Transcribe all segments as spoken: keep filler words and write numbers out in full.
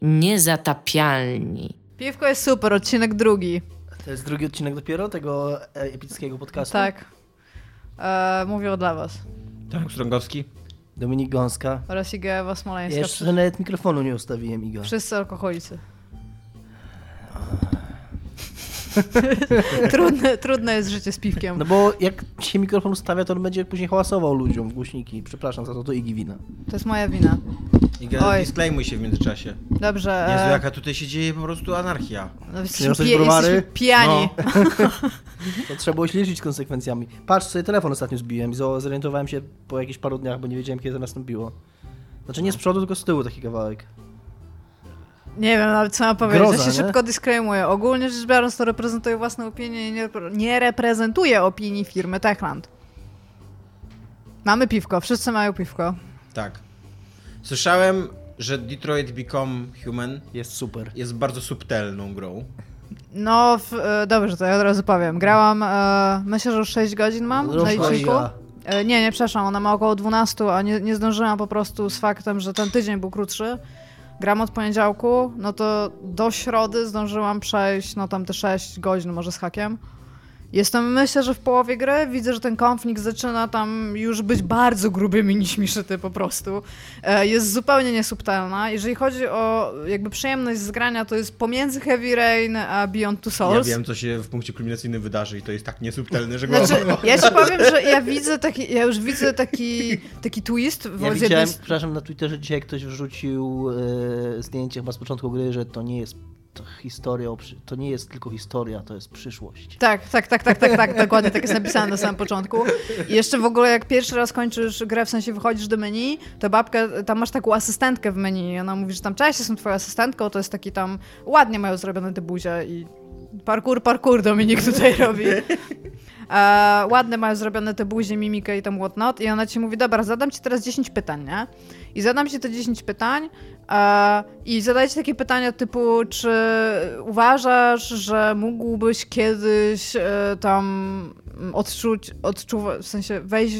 Niezatapialni. Piwko jest super, odcinek drugi. To jest drugi odcinek dopiero tego epickiego podcastu? Tak. E, mówię dla was. Tak, Strągowski. Dominik Gąska. Oraz Iga Ewa Smoleńska. Jeszcze Przy... nawet mikrofonu nie ustawiłem, Iga. Wszyscy alkoholicy. trudne, trudne jest życie z piwkiem. No bo jak się mikrofon ustawia, to on będzie później hałasował ludziom w głośniki. Przepraszam za to, to Igi wina. To jest moja wina. Iga, disclaimuj się w międzyczasie. Dobrze. Jezu, e... jaka tutaj się dzieje po prostu anarchia. No, jesteśmy, pie... jesteśmy pijani. No. To trzeba było się liczyć z konsekwencjami. Patrz, sobie telefon ostatnio zbiłem i zorientowałem się po jakichś paru dniach, bo nie wiedziałem, kiedy to nastąpiło. Znaczy nie z przodu, tylko z tyłu taki kawałek. Nie wiem nawet co mam powiedzieć, Groza, ja się nie? szybko disclaimuję. Ogólnie rzecz biorąc to reprezentuję własną opinię i nie, nie reprezentuję opinii firmy Techland. Mamy piwko, wszyscy mają piwko. Tak. Słyszałem, że Detroit Become Human jest super. Jest bardzo subtelną grą. No, w, e, dobrze, to ja od razu powiem. Grałam, e, myślę, że już sześć godzin mam Ruszła na liczniku. ja. E, nie, nie, przepraszam, ona ma około dwanaście, a nie, nie zdążyłam po prostu z faktem, że ten tydzień był krótszy. Gram od poniedziałku, no to do środy zdążyłam przejść, no tam te sześć godzin może z hakiem. Jestem, myślę, że w połowie gry widzę, że ten konflikt zaczyna tam już być bardzo gruby mini-śmiszyty po prostu. E, jest zupełnie niesubtelna. Jeżeli chodzi o jakby przyjemność z grania, to jest pomiędzy Heavy Rain a Beyond Two Souls. Ja wiem, co się w punkcie kulminacyjnym wydarzy i to jest tak niesubtelne, że go... Znaczy, ja ci powiem, że ja widzę taki, ja już widzę taki, taki twist. W ja widziałem, z... przepraszam, na Twitterze dzisiaj ktoś wrzucił e, zdjęcie chyba z początku gry, że to nie jest To historia, to nie jest tylko historia, to jest przyszłość. Tak, tak, tak, tak, tak, tak, dokładnie tak jest napisane na samym początku. I jeszcze w ogóle jak pierwszy raz kończysz grę, w sensie wychodzisz do menu, to babka, tam masz taką asystentkę w menu i ona mówi, że tam cześć, jestem twoją asystentką, to jest taki tam, ładnie mają zrobione te buzie i parkour, parkour Dominik tutaj robi. E, ładne mają zrobione te buzie, mimikę i tam whatnot i ona ci mówi, dobra, zadam ci teraz dziesięć pytań, nie? I zadam ci te dziesięć pytań e, i zadaję ci takie pytania typu, czy uważasz, że mógłbyś kiedyś e, tam odczuć, odczuwać, w sensie wejść...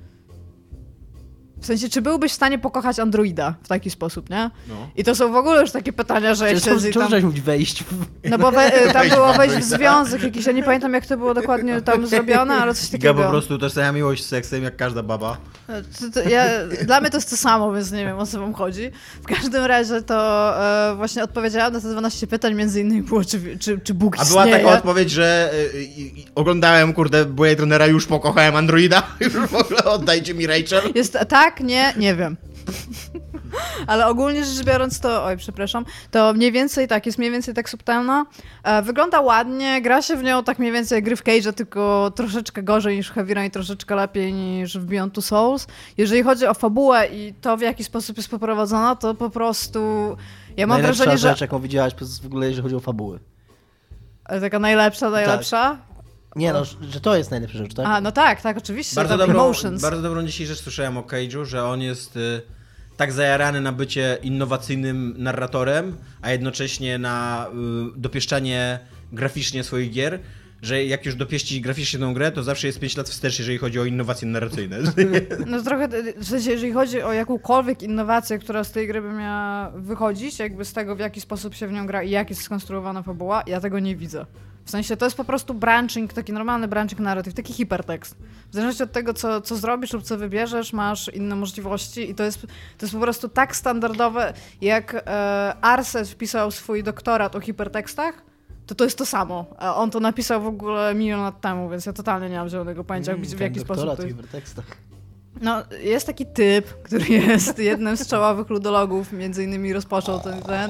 W sensie, czy byłbyś w stanie pokochać androida w taki sposób, nie? No. I to są w ogóle już takie pytania, że... Czy ja tam... mówić wejść? W... No bo we, tam było wejść w związek jakiś, ja nie pamiętam jak to było dokładnie tam zrobione, ale coś takiego. Ja po prostu utożsamia miłość z seksem jak każda baba. To, to ja, dla mnie to jest to samo, więc nie wiem o co wam chodzi. W każdym razie to e, właśnie odpowiedziałam na te dwanaście pytań, między innymi było, czy, czy, czy Bóg istnieje. A była taka odpowiedź, że y, y, oglądałem, kurde, Blade Runnera, już pokochałem androida, już w ogóle oddajcie mi Rachel. Jest tak, nie, nie wiem. Ale ogólnie rzecz biorąc to, oj przepraszam, to mniej więcej tak, jest mniej więcej tak subtelna. E, wygląda ładnie, gra się w nią tak mniej więcej jak gry w Cage'a, tylko troszeczkę gorzej niż w Heavy Rain, troszeczkę lepiej niż w Beyond Two Souls. Jeżeli chodzi o fabułę i to w jaki sposób jest poprowadzona, to po prostu ja mam najlepsza wrażenie, że... rzecz, jaką widziałaś w ogóle, jeżeli chodzi o fabuły. Ale taka najlepsza, najlepsza? Tak. Nie no, że to jest najlepsza rzecz, tak? A, no tak, tak, oczywiście. Bardzo dobrą, bardzo dobrą dzisiaj rzecz słyszałem o Cage'u, że on jest y, tak zajarany na bycie innowacyjnym narratorem, a jednocześnie na y, dopieszczanie graficznie swoich gier, że jak już dopieści graficznie tą grę, to zawsze jest pięć lat wstecz, jeżeli chodzi o innowacje narracyjne. No trochę, w sensie, jeżeli chodzi o jakąkolwiek innowację, która z tej gry by miała wychodzić, jakby z tego, w jaki sposób się w nią gra i jak jest skonstruowana fabuła, ja tego nie widzę. W sensie to jest po prostu branching, taki normalny branching narratyw, taki hipertekst. W zależności od tego, co, co zrobisz lub co wybierzesz, masz inne możliwości i to jest, to jest po prostu tak standardowe, jak e, Arce wpisał swój doktorat o hipertekstach, to to jest to samo. A on to napisał w ogóle milion lat temu, więc ja totalnie nie mam zielonego pojęcia, mm, w jaki sposób to jest. Hipertekstach. No, jest taki typ, który jest jednym z czołowych ludologów, między innymi rozpoczął ten, ten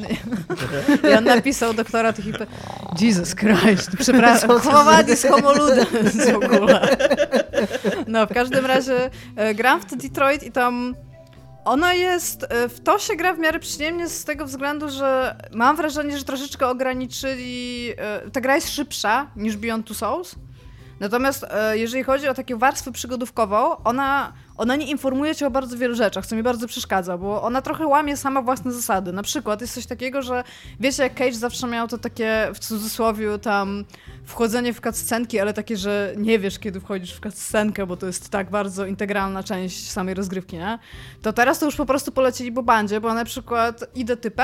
i on napisał doktorat hiper... Jesus Christ, przepraszam, chłowani z homoludem w ogóle. No, w każdym razie e, gram w Detroit i tam ona jest, e, w to się gra w miarę przyjemnie z tego względu, że mam wrażenie, że troszeczkę ograniczyli, e, ta gra jest szybsza niż Beyond Two Souls. Natomiast e, jeżeli chodzi o taką warstwę przygodówkową, ona, ona nie informuje cię o bardzo wielu rzeczach, co mi bardzo przeszkadza, bo ona trochę łamie sama własne zasady. Na przykład jest coś takiego, że wiecie, jak Cage zawsze miał to takie, w cudzysłowie, tam wchodzenie w cutscenki, ale takie, że nie wiesz, kiedy wchodzisz w cutscenkę, bo to jest tak bardzo integralna część samej rozgrywki, nie? To teraz to już po prostu polecili po bandzie, bo na przykład idę typem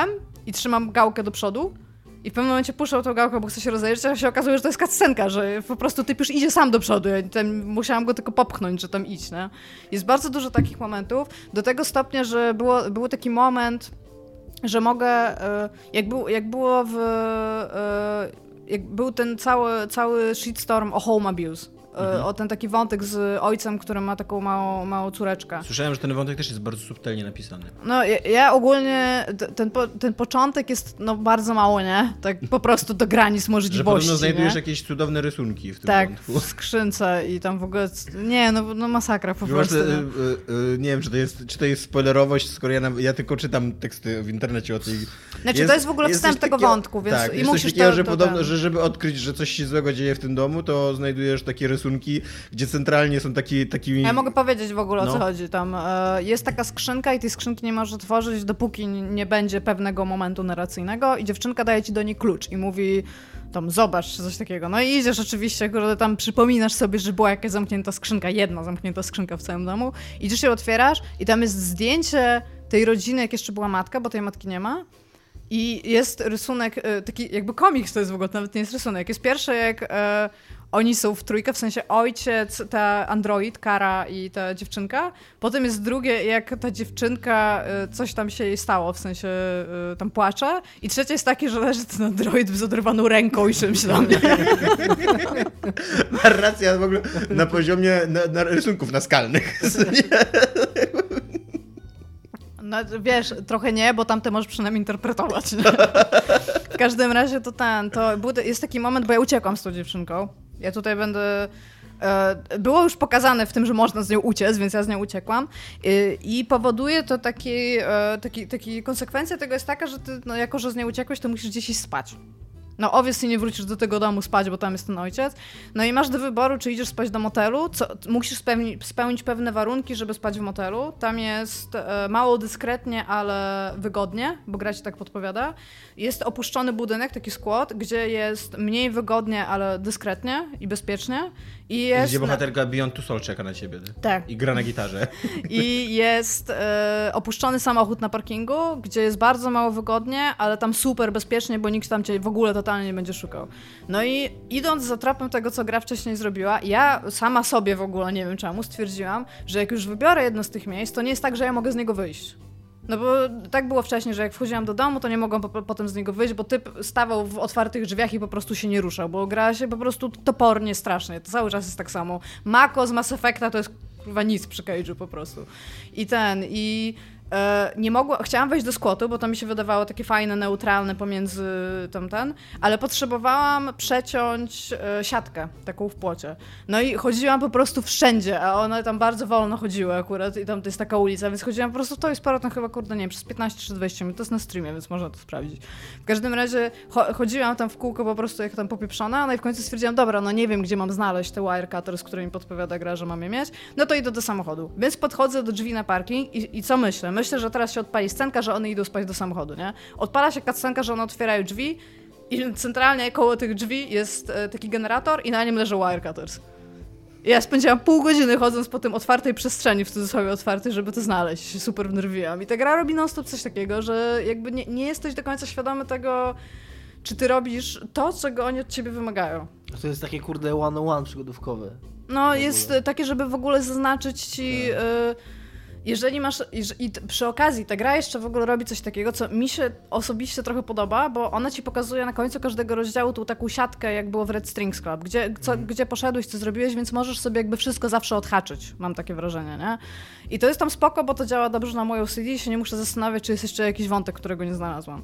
i trzymam gałkę do przodu i w pewnym momencie puszczał tą gałkę, bo chcę się rozejrzeć, a się okazuje, że to jest cutscenka, że po prostu typ już idzie sam do przodu. Ja tam musiałam go tylko popchnąć, że tam idź, nie? Jest bardzo dużo takich momentów, do tego stopnia, że było, był taki moment, że mogę, jak, był, jak było w, jak był ten cały, cały shitstorm o home abuse, mhm. o ten taki wątek z ojcem, który ma taką małą, małą córeczkę. Słyszałem, że ten wątek też jest bardzo subtelnie napisany. No ja, ja ogólnie, ten, ten początek jest no bardzo mało, nie? Tak po prostu do granic możliwości. Że podobno znajdujesz nie? jakieś cudowne rysunki w tym tak, wątku. Tak, w skrzynce i tam w ogóle, nie no, no masakra po prostu. Te, y, y, nie wiem, czy to jest, czy to jest spoilerowość, skoro ja, ja tylko czytam teksty w internecie o tej... Znaczy jest, to jest w ogóle wstęp tego takiego, wątku, więc tak, i jest musisz coś takiego, to, że to podobno, ten... że żeby odkryć, że coś się złego dzieje w tym domu, to znajdujesz takie rysunki, gdzie centralnie są taki, takimi... Ja mogę powiedzieć w ogóle, o no. co chodzi. Tam e, jest taka skrzynka i tej skrzynki nie możesz otworzyć, dopóki nie będzie pewnego momentu narracyjnego i dziewczynka daje ci do niej klucz i mówi tam zobacz, coś takiego. No i idziesz oczywiście, akurat tam przypominasz sobie, że była jakaś zamknięta skrzynka, jedna zamknięta skrzynka w całym domu. Idziesz się otwierasz i tam jest zdjęcie tej rodziny, jak jeszcze była matka, bo tej matki nie ma. I jest rysunek, taki jakby komiks to jest w ogóle, nawet nie jest rysunek. Jest pierwszy, jak e, oni są w trójkę, w sensie ojciec, ta android, Kara i ta dziewczynka. Potem jest drugie, jak ta dziewczynka, e, coś tam się jej stało, w sensie e, tam płacze. I trzecie jest takie, że leży ten android z oderwaną ręką i czymś tam. Narracja w ogóle na poziomie na, na rysunków naskalnych. No wiesz, trochę nie, bo tamte możesz przynajmniej interpretować. Nie? W każdym razie to ten, to był, jest taki moment, bo ja uciekłam z tą dziewczynką. Ja tutaj będę... E, było już pokazane w tym, że można z nią uciec, więc ja z nią uciekłam. I, i powoduje to taki, e, taki, taki... Konsekwencja tego jest taka, że ty, no, jako że z nią uciekłeś, to musisz gdzieś iść spać. No obviously nie wrócisz do tego domu spać, bo tam jest ten ojciec. No i masz do wyboru, czy idziesz spać do motelu, co, musisz spełnić, spełnić pewne warunki, żeby spać w motelu. Tam jest e, mało dyskretnie, ale wygodnie, bo gra ci tak podpowiada. Jest opuszczony budynek, taki skład, gdzie jest mniej wygodnie, ale dyskretnie i bezpiecznie. I jest gdzie bohaterka Beyond Two Soul czeka na ciebie. Tak. I gra na gitarze. I jest e, opuszczony samochód na parkingu, gdzie jest bardzo mało wygodnie, ale tam super bezpiecznie, bo nikt tam cię w ogóle totalnie nie będzie szukał. No i idąc za tropem tego, co gra wcześniej zrobiła, ja sama sobie w ogóle, nie wiem czemu, stwierdziłam, że jak już wybiorę jedno z tych miejsc, to nie jest tak, że ja mogę z niego wyjść. No bo tak było wcześniej, że jak wchodziłam do domu, to nie mogłam po, potem z niego wyjść, bo typ stawał w otwartych drzwiach i po prostu się nie ruszał, bo gra się po prostu topornie, strasznie. To cały czas jest tak samo. Mako z Mass Effecta to jest kurwa nic przy Cage'u po prostu. I ten, i e, nie mogła, chciałam wejść do skłotu, bo to mi się wydawało takie fajne, neutralne pomiędzy tamten, ale potrzebowałam przeciąć e, siatkę, taką w płocie. No i chodziłam po prostu wszędzie, a one tam bardzo wolno chodziły akurat i tam to jest taka ulica, więc chodziłam po prostu to i z powrotem chyba, kurde, nie wiem, przez piętnaście czy dwadzieścia minut, to jest na streamie, więc można to sprawdzić. W każdym razie cho- chodziłam tam w kółko po prostu jak tam popieprzona, no i w końcu stwierdziłam, dobra, no nie wiem, gdzie mam znaleźć te wirecutter, z którymi podpowiada gra, że mam je mieć, no to idę do samochodu. Więc podchodzę do drzwi na parking i, i co myślę? Myślę, że teraz się odpali scenka, że one idą spać do samochodu, nie? Odpala się cutscenka, że one otwierają drzwi i centralnie koło tych drzwi jest e, taki generator i na nim leżą wirecutters. Ja spędziłam pół godziny chodząc po tym otwartej przestrzeni, w cudzysłowie otwartej, żeby to znaleźć. Się super wnerwiłam. I ta gra robi non-stop coś takiego, że jakby nie, nie jesteś do końca świadomy tego, czy ty robisz to, czego oni od ciebie wymagają. To jest takie kurde one on one przygodówkowe. No jest takie, żeby w ogóle zaznaczyć ci... Tak. Y- Jeżeli masz, i przy okazji ta gra jeszcze w ogóle robi coś takiego, co mi się osobiście trochę podoba, bo ona ci pokazuje na końcu każdego rozdziału tą taką siatkę, jak było w Red Strings Club, gdzie, co, mm. gdzie poszedłeś, co zrobiłeś, więc możesz sobie jakby wszystko zawsze odhaczyć, mam takie wrażenie, nie? I to jest tam spoko, bo to działa dobrze na moją C D i się nie muszę zastanawiać, czy jest jeszcze jakiś wątek, którego nie znalazłam.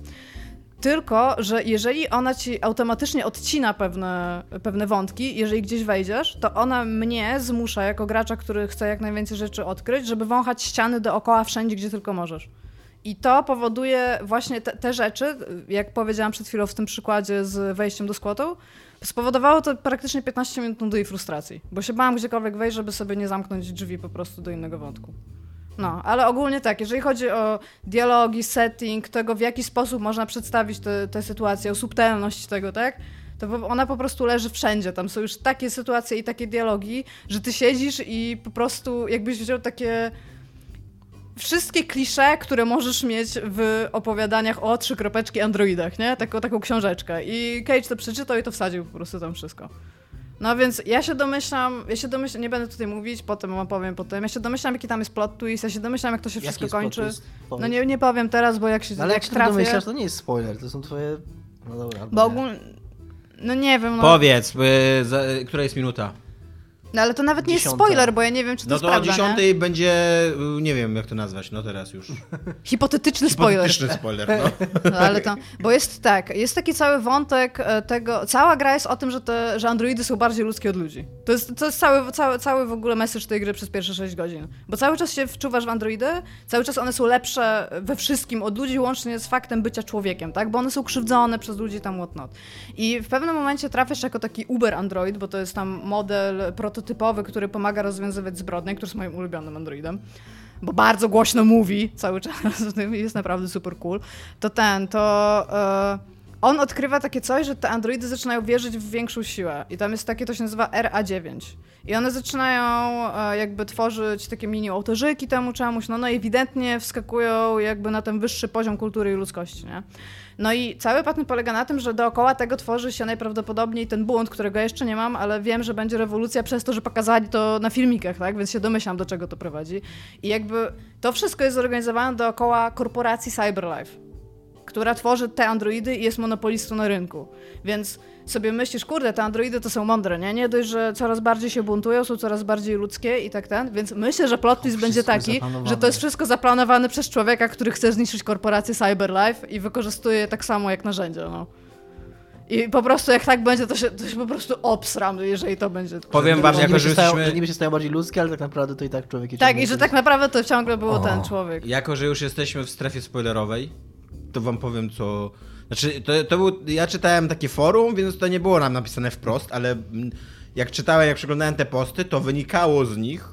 Tylko, że jeżeli ona ci automatycznie odcina pewne, pewne wątki, jeżeli gdzieś wejdziesz, to ona mnie zmusza jako gracza, który chce jak najwięcej rzeczy odkryć, żeby wąchać ściany dookoła wszędzie, gdzie tylko możesz. I to powoduje właśnie te, te rzeczy, jak powiedziałam przed chwilą w tym przykładzie z wejściem do skłotu, spowodowało to praktycznie piętnaście minut nudy i frustracji, bo się bałam gdziekolwiek wejść, żeby sobie nie zamknąć drzwi po prostu do innego wątku. No, ale ogólnie tak, jeżeli chodzi o dialogi, setting, tego w jaki sposób można przedstawić tę sytuację, o subtelność tego, tak? To ona po prostu leży wszędzie. Tam są już takie sytuacje i takie dialogi, że ty siedzisz i po prostu jakbyś wziął takie wszystkie klisze, które możesz mieć w opowiadaniach o trzy kropeczki androidach, nie? Taką, taką książeczkę. I Cage to przeczytał i to wsadził po prostu tam wszystko. No więc ja się domyślam, ja się domyślam, nie będę tutaj mówić, potem wam powiem potem, ja się domyślam, jaki tam jest plot twist, ja się domyślam, jak to się wszystko kończy. No nie, nie powiem teraz, bo jak się no, ale jak jak trafię... domyślasz, to nie jest spoiler, to są twoje... No dobra. Bo ogólnie... No nie wiem, no... Powiedz, y, za, y, która jest minuta? No ale to nawet nie jest Dziesiąta. spoiler, bo ja nie wiem, czy to No jest to o prawda, dziesiątej będzie, y, nie wiem jak to nazwać, no teraz już. Hipotetyczny spoiler. Hipotetyczny spoiler, no. No, ale to, bo jest tak, jest taki cały wątek tego, cała gra jest o tym, że, te, że androidy są bardziej ludzkie od ludzi. To jest, to jest cały, cały, cały w ogóle message tej gry przez pierwsze sześć godzin. Bo cały czas się wczuwasz w androidy, cały czas one są lepsze we wszystkim od ludzi, łącznie z faktem bycia człowiekiem, tak? Bo one są krzywdzone przez ludzi tam whatnot. I w pewnym momencie trafiasz jako taki uber android, bo to jest tam model prototypowy, który pomaga rozwiązywać zbrodnie, który jest moim ulubionym androidem, bo bardzo głośno mówi cały czas, jest naprawdę super cool, to ten, to yy, on odkrywa takie coś, że te androidy zaczynają wierzyć w większą siłę i tam jest takie, to się nazywa R A dziewięć i one zaczynają yy, jakby tworzyć takie mini ołtarzyki temu czemuś, no, no i ewidentnie wskakują jakby na ten wyższy poziom kultury i ludzkości, nie? No i cały patent polega na tym, że dookoła tego tworzy się najprawdopodobniej ten bunt, którego jeszcze nie mam, ale wiem, że będzie rewolucja przez to, że pokazali to na filmikach, tak? Więc się domyślam, do czego to prowadzi. I jakby to wszystko jest zorganizowane dookoła korporacji CyberLife, która tworzy te androidy i jest monopolistą na rynku. Więc sobie myślisz, kurde, te androidy to są mądre, nie? Nie dość, że coraz bardziej się buntują, są coraz bardziej ludzkie i tak ten. Więc myślę, że plot twist będzie taki, że to jest wszystko zaplanowane przez człowieka, który chce zniszczyć korporację CyberLife i wykorzystuje je tak samo jak narzędzie, no. I po prostu jak tak będzie, to się, to się po prostu obsram, jeżeli to będzie... Powiem wam, jako że stają, jesteśmy... że niby się stają bardziej ludzkie, ale tak naprawdę to i tak człowiek... Tak, i że tak naprawdę to ciągle było o. ten człowiek. Jako, że już jesteśmy w strefie spoilerowej, to wam powiem, co... Znaczy, to, to był... Ja czytałem takie forum, więc to nie było nam napisane wprost, ale jak czytałem, jak przeglądałem te posty, to wynikało z nich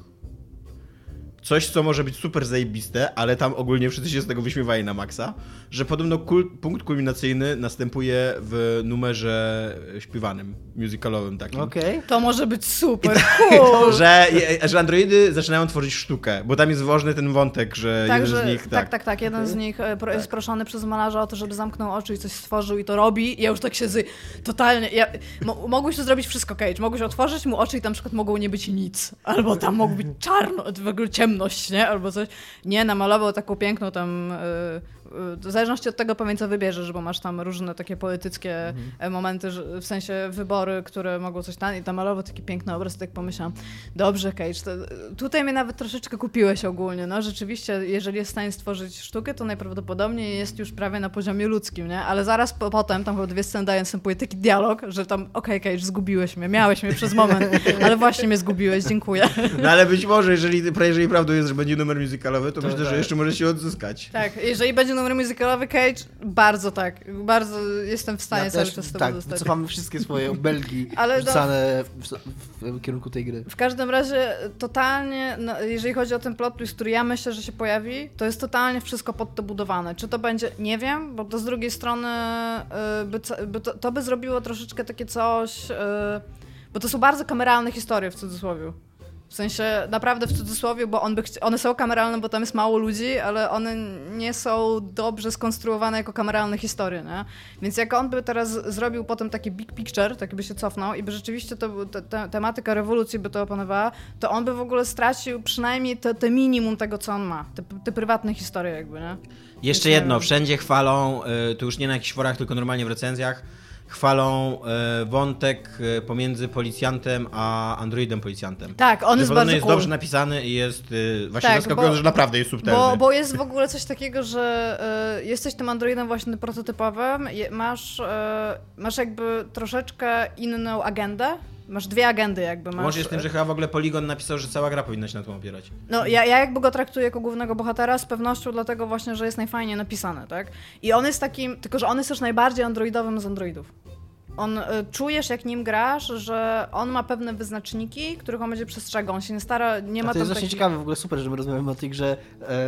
coś, co może być super zajebiste, ale tam ogólnie wszyscy się z tego wyśmiewali na maksa, że podobno kul, punkt kulminacyjny następuje w numerze śpiewanym, musicalowym takim. Okej. To może być super cool. że, że androidy zaczynają tworzyć sztukę, bo tam jest ważny ten wątek, że tak, jeden że, z nich... Tak, tak, tak, tak. Jeden z nich pro, jest proszony przez malarza o to, żeby zamknął oczy i coś stworzył i to robi. I ja już tak się z... totalnie... Ja, mo, mogłeś to zrobić wszystko, Cage. Mogłeś otworzyć mu oczy i tam na przykład mogło nie być nic. Albo tam mogło być czarno, w ogóle ciemność, nie? Albo coś. Nie, namalował taką piękną tam... Yy, yy, w zależności od tego pewnie co wybierzesz, bo masz tam różne takie poetyckie mhm. momenty, że, w sensie wybory, które mogą coś tam... I tam malował taki piękny obraz, tak pomyślałam, dobrze, Cage, to, tutaj mnie nawet troszeczkę kupiłeś ogólnie, no rzeczywiście, jeżeli jest w stanie stworzyć sztukę, to najprawdopodobniej jest już prawie na poziomie ludzkim, nie? Ale zaraz po, potem, tam chyba dwie sceny dają, następuje taki dialog, że tam, okej, okay, Cage, zgubiłeś mnie, miałeś mnie przez moment, ale właśnie mnie zgubiłeś, dziękuję. No ale być może, jeżeli, jeżeli prawdą jest, że będzie numer musicalowy, to, to myślę, tak. że jeszcze może się odzyskać. Tak, jeżeli będzie numer musicalowy, Cage, bardzo tak, bardzo jestem w stanie ja cały czas z tobą tak, zostać. Tak, wycofamy wszystkie swoje obelgi ale wrzucane w, w, w kierunku tej gry. W każdym razie totalnie, no, jeżeli chodzi o ten plot twist, który ja myślę, że się pojawi, to jest totalnie wszystko pod to budowane. Czy to będzie, nie wiem, bo to z drugiej strony yy, by, by to, to by zrobiło troszeczkę takie coś, yy, bo to są bardzo kameralne historie w cudzysłowie. W sensie naprawdę w cudzysłowie, bo on by chci- one są kameralne, bo tam jest mało ludzi, ale one nie są dobrze skonstruowane jako kameralne historie, nie? Więc jak on by teraz zrobił potem taki big picture, taki by się cofnął i by rzeczywiście to, te, te, tematyka rewolucji by to opanowała, to on by w ogóle stracił przynajmniej te, te minimum tego, co on ma. Te, te prywatne historie jakby, nie? Jeszcze Więc jedno, wszędzie chwalą, to już nie na jakichś forach, tylko normalnie w recenzjach, chwalą e, wątek e, pomiędzy policjantem a androidem policjantem. Tak, on że jest bardzo jest cool. dobrze napisany i jest e, właśnie tak, zaskakujący, bo, że naprawdę jest subtelny. Bo, bo jest w ogóle coś takiego, że y, jesteś tym androidem właśnie prototypowym, je, masz, y, masz jakby troszeczkę inną agendę. Masz dwie agendy jakby. Masz... Łącznie z tym, że chyba w ogóle Polygon napisał, że cała gra powinna się na tym opierać. No ja, ja jakby go traktuję jako głównego bohatera z pewnością dlatego właśnie, że jest najfajniej napisany, tak? I on jest takim, tylko że on jest też najbardziej androidowym z androidów. On, y, czujesz jak nim grasz, że on ma pewne wyznaczniki, których on będzie przestrzegał. On się nie stara, nie ma A to jest tam właśnie taki... ciekawe, w ogóle super, że my rozmawiamy o tej grze,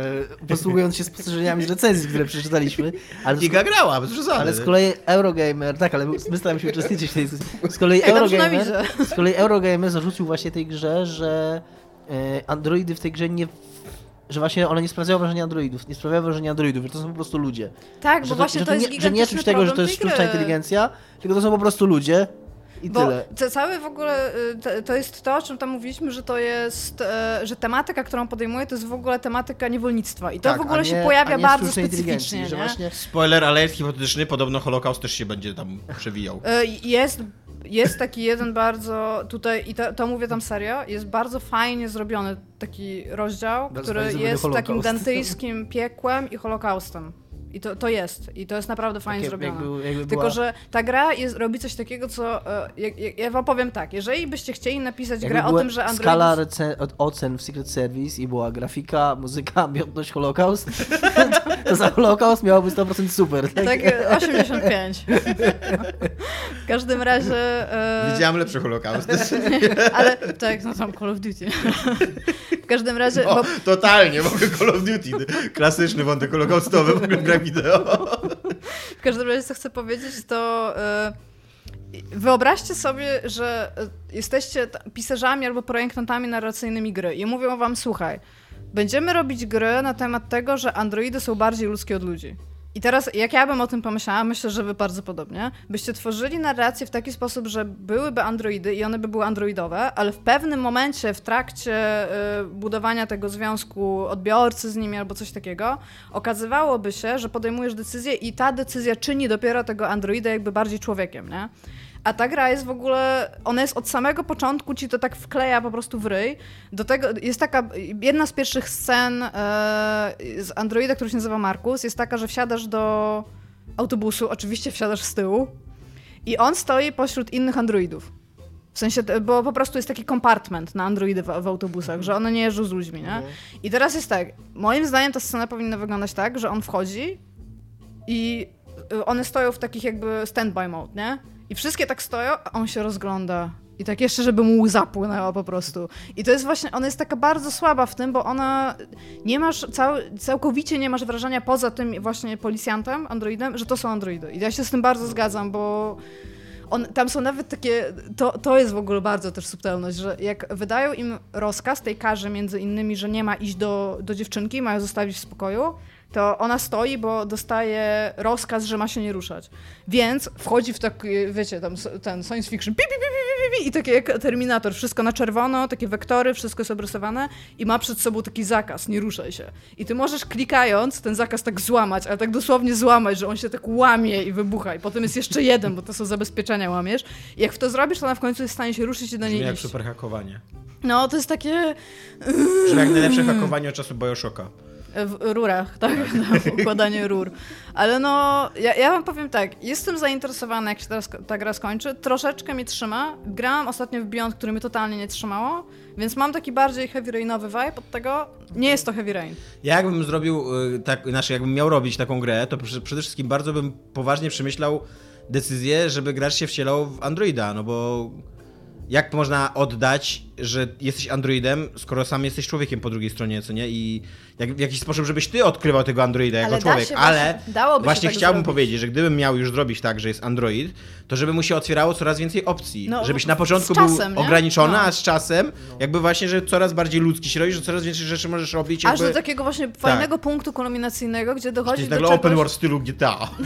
e, posługując się spostrzeżeniami z recenzji, które przeczytaliśmy. Ale Giga grała, bez przesady. Ale z kolei Eurogamer, tak, ale my staramy się uczestniczyć w tej dyskusji. Z kolei Eurogamer, z kolei Eurogamer zarzucił właśnie tej grze, że e, androidy w tej grze nie że właśnie one nie sprawiają wrażenia androidów, nie sprawiają wrażenia androidów, że to są po prostu ludzie. Tak, że bo to, właśnie że to, to jest nie, że nie czuć tego, że to jest sztuczna inteligencja, tylko to są po prostu ludzie i bo tyle. To całe w ogóle, to, to jest to, o czym tam mówiliśmy, że to jest, że tematyka, którą podejmuje, to jest w ogóle tematyka niewolnictwa i to tak, w ogóle nie, się pojawia bardzo specyficznie, specyficznie, że nie? właśnie... Spoiler alert hipotetyczny, podobno Holokaust też się będzie tam przewijał. Jest Jest taki jeden bardzo, tutaj, i to, to mówię tam serio, jest bardzo fajnie zrobiony taki rozdział, Bardzo który jest Holokaust. takim dantyjskim piekłem i Holokaustem. I to, to jest. I to jest naprawdę fajnie jak, zrobione. jakby, jakby Tylko, była... że ta gra jest, robi coś takiego, co... E, ja, ja wam powiem tak, jeżeli byście chcieli napisać Jakby grę o tym, że Android... skala rece- ocen w Secret Service i była grafika, muzyka, miodność, Holokaust, to za Holokaust miałoby sto procent super. Tak, Tak, osiemdziesiąt pięć. W każdym razie... E... Widziałam lepsze Holokausty. Ale tak, no tam Call of Duty. W każdym razie... No, bo... totalnie, mogę Call of Duty. Klasyczny wątek holokaustowy w ogóle gra wideo. W każdym razie, co chcę powiedzieć, to yy, wyobraźcie sobie, że jesteście pisarzami albo projektantami narracyjnymi gry i mówią wam, słuchaj, będziemy robić gry na temat tego, że androidy są bardziej ludzkie od ludzi. I teraz, jak ja bym o tym pomyślała, myślę, że wy bardzo podobnie, byście tworzyli narrację w taki sposób, że byłyby androidy i one by były androidowe, ale w pewnym momencie, w trakcie y, budowania tego związku odbiorcy z nimi albo coś takiego, okazywałoby się, że podejmujesz decyzję i ta decyzja czyni dopiero tego androida jakby bardziej człowiekiem, nie? A ta gra jest w ogóle, ona jest od samego początku, ci to tak wkleja po prostu w ryj. Do tego jest taka, jedna z pierwszych scen e, z androida, który się nazywa Markus, jest taka, że wsiadasz do autobusu, oczywiście wsiadasz z tyłu i on stoi pośród innych androidów. W sensie, bo po prostu jest taki kompartment na androidy w, w autobusach, że one nie jeżdżą z ludźmi, nie? I teraz jest tak, moim zdaniem ta scena powinna wyglądać tak, że on wchodzi i one stoją w takich jakby standby mode, nie? I wszystkie tak stoją, a on się rozgląda. I tak jeszcze, żeby mu łza płynęła po prostu. I to jest właśnie, ona jest taka bardzo słaba w tym, bo ona nie masz, cał, całkowicie nie masz wrażenia poza tym właśnie policjantem, androidem, że to są androidy. I ja się z tym bardzo zgadzam, bo on, tam są nawet takie, to, to jest w ogóle bardzo też subtelność, że jak wydają im rozkaz tej karze między innymi, że nie ma iść do, do dziewczynki, mają zostawić w spokoju, to ona stoi, bo dostaje rozkaz, że ma się nie ruszać. Więc wchodzi w taki, wiecie, tam ten science fiction pi, pi, pi, pi, pi, i takie jak Terminator, wszystko na czerwono, takie wektory, wszystko jest obrysowane i ma przed sobą taki zakaz, nie ruszaj się. I ty możesz klikając ten zakaz tak złamać, ale tak dosłownie złamać, że on się tak łamie i wybucha i potem jest jeszcze jeden, bo to są zabezpieczenia łamiesz. I jak w to zrobisz, to ona w końcu jest w stanie się ruszyć i do niej Brzmi jak iść. super hakowanie. No, to jest takie... Brzmi jak najlepsze hakowanie od czasu Bioshocka. W rurach, tak? No, układanie rur. Ale no, ja, ja wam powiem tak, jestem zainteresowana, jak się teraz ta gra skończy. Troszeczkę mnie trzyma. Grałam ostatnio w Beyond, który mnie totalnie nie trzymało, więc mam taki bardziej heavy rainowy vibe od tego. Nie jest to heavy rain. Ja jakbym zrobił, tak, znaczy jakbym miał robić taką grę, to przede wszystkim bardzo bym poważnie przemyślał decyzję, żeby gracz się wcielał w androida, no bo jak można oddać, że jesteś androidem, skoro sam jesteś człowiekiem po drugiej stronie, co nie? I jak, w jakiś sposób, żebyś ty odkrywał tego androida jako Ale da człowiek. się Ale właśnie, dałoby właśnie się tak chciałbym zrobić. powiedzieć, że gdybym miał już zrobić tak, że jest android, to żeby mu się otwierało coraz więcej opcji. No, żebyś na początku z czasem, był nie? ograniczony, No. a z czasem jakby właśnie, że coraz bardziej ludzki się robisz, że coraz więcej rzeczy możesz robić. Aż Jakby... do takiego właśnie fajnego punktu kulminacyjnego, gdzie To dochodzi jest do nagle czegoś... open world w stylu G T A.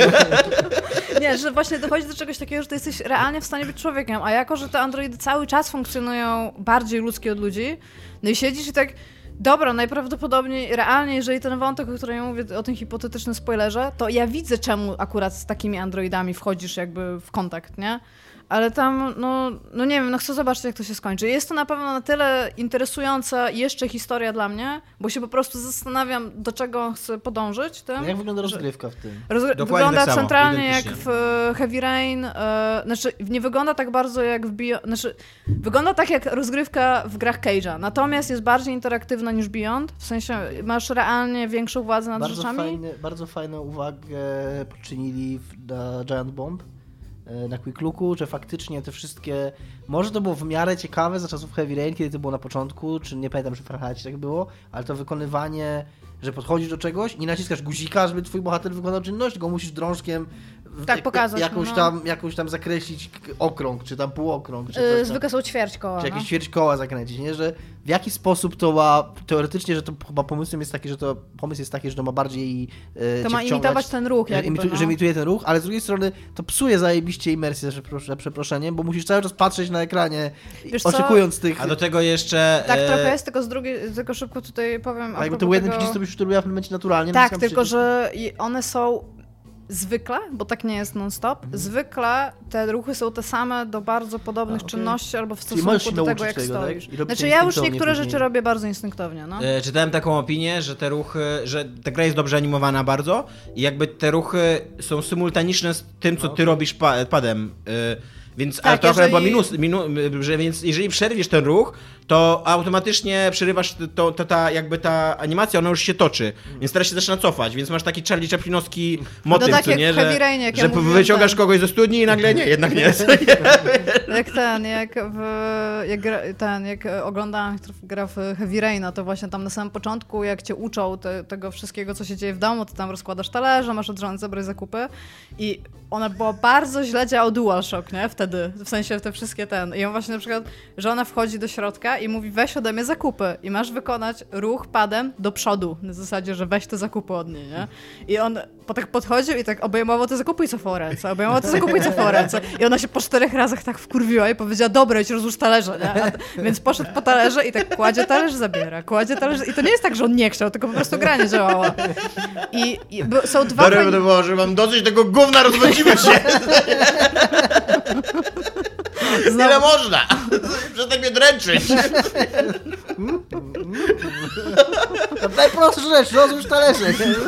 Nie, że właśnie dochodzi do czegoś takiego, że ty jesteś realnie w stanie być człowiekiem, a jako, że te androidy cały czas funkcjonują bardziej ludzkie od ludzi, no i siedzisz i tak, dobra, najprawdopodobniej, realnie, jeżeli ten wątek, o którym ja mówię, o tym hipotetycznym spoilerze, to ja widzę, czemu akurat z takimi androidami wchodzisz jakby w kontakt, nie? Ale tam, no, no nie wiem, no chcę zobaczyć, jak to się skończy. Jest to na pewno na tyle interesująca jeszcze historia dla mnie, bo się po prostu zastanawiam, do czego chcę podążyć. Tym, Jak wygląda że- rozgrywka w tym? Rozgry- Dokładnie wygląda tak samo, centralnie jak identycznie. w e, Heavy Rain, e, znaczy nie wygląda tak bardzo jak w Beyond, znaczy wygląda tak jak rozgrywka w grach Cage'a, natomiast jest bardziej interaktywna niż Beyond, w sensie masz realnie większą władzę nad Bardzo, rzeczami. fajny, bardzo fajną uwagę poczynili w, na Giant Bomb, e, na Quick Looku, że faktycznie te wszystkie, może to było w miarę ciekawe za czasów Heavy Rain, kiedy to było na początku, czy nie pamiętam, czy w Fahrenheit tak było, ale to wykonywanie, że podchodzisz do czegoś i naciskasz guzika, żeby twój bohater wykonał czynność, tylko musisz drążkiem Tak, pokazać jakąś, no. tam, jakąś tam zakreślić okrąg, czy tam półokrąg, czy coś Yy, tam. zwykle są ćwierć koła. Czy jakieś no. ćwierć koła zakręcić, nie? Że w jaki sposób to ma, teoretycznie, że to chyba pomysłem jest taki, że to, pomysł jest taki, że to ma bardziej e, To cię ma wciągać, imitować ten ruch że, jakby, imitu, no. że imituje ten ruch, ale z drugiej strony to psuje zajebiście imersję, za przepro- za przeproszeniem, bo musisz cały czas patrzeć na ekranie, Wiesz co? oczekując tych... A do tego jeszcze... Tak e, trochę jest, tylko z drugiej, tylko szybko tutaj powiem. A jakby a to był jeden tego... przycisk, to byś to robiła w pewnym momencie naturalnie. Tak, naciskam tylko przycisk. że i one są zwykle, bo tak nie jest non-stop, Mhm. zwykle te ruchy są te same do bardzo podobnych A, okay. czynności albo w Czyli stosunku możesz się do tego, nauczyć jak tego, tak? stoisz. I robić Znaczy to ja już instynktownie niektóre później. rzeczy robię bardzo instynktownie, no. E, czytałem taką opinię, że te ruchy, że ta gra jest dobrze animowana bardzo i jakby te ruchy są symultaniczne z tym, co ty robisz pa padem. E, więc Tak, a to akurat jeżeli- była minus, minu, że więc jeżeli przerwiesz ten ruch, to automatycznie przerywasz to, to ta jakby ta animacja, ona już się toczy, więc teraz się zaczyna cofać, więc masz taki Charlie Chaplinowski motyw, tak co jak nie, w Heavy że, Rainie, jak ja że mówiłem, wyciągasz ten- kogoś ze studni i nagle nie, jednak nie. Jak ten, jak, w, jak gra, ten, jak oglądałam gra w Heavy Raina, to właśnie tam na samym początku, jak cię uczą te, tego wszystkiego, co się dzieje w domu, to tam rozkładasz talerze, masz od żony zabrać zakupy i ona była bardzo źle działał DualShock, nie? Wtedy, w sensie te wszystkie ten. I on właśnie na przykład, że ona wchodzi do środka i mówi weź ode mnie zakupy i masz wykonać ruch padem do przodu, na zasadzie, że weź te zakupy od niej, nie? I on po tak podchodził i tak obejmował te zakupy i cofał ręce, obejmował te zakupy i cofał ręce. I ona się po czterech razach tak wkurwiła i powiedziała, dobra, idź rozłóż talerze, nie? A, więc poszedł po talerze i tak kładzie talerz, zabiera, kładzie talerz i to nie jest tak, że on nie chciał, tylko po prostu gra nie działała. I, i bo, są dwa Dobra, fajne... to było, że mam dosyć tego gówna, rozwodzimy się. Ile można? Przestań mnie dręczyć. Najprostsza rzecz, rozłóż talerze.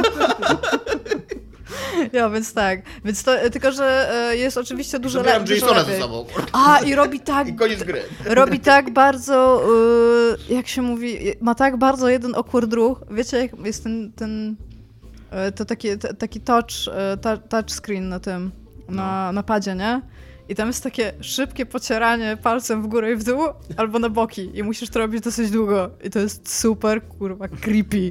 Ja, więc tak. Więc to, tylko, że e, jest oczywiście dużo, le- Zabieram dużo Jasona lepiej. ze sobą. A, i robi tak, I koniec gry. robi tak bardzo, y, jak się mówi, ma tak bardzo jeden awkward ruch. Wiecie, jak jest ten, ten y, to taki, t, taki touch, y, ta, touch screen na tym, na, na padzie, nie? I tam jest takie szybkie pocieranie palcem w górę i w dół, albo na boki. I musisz to robić dosyć długo. I to jest super, kurwa, creepy.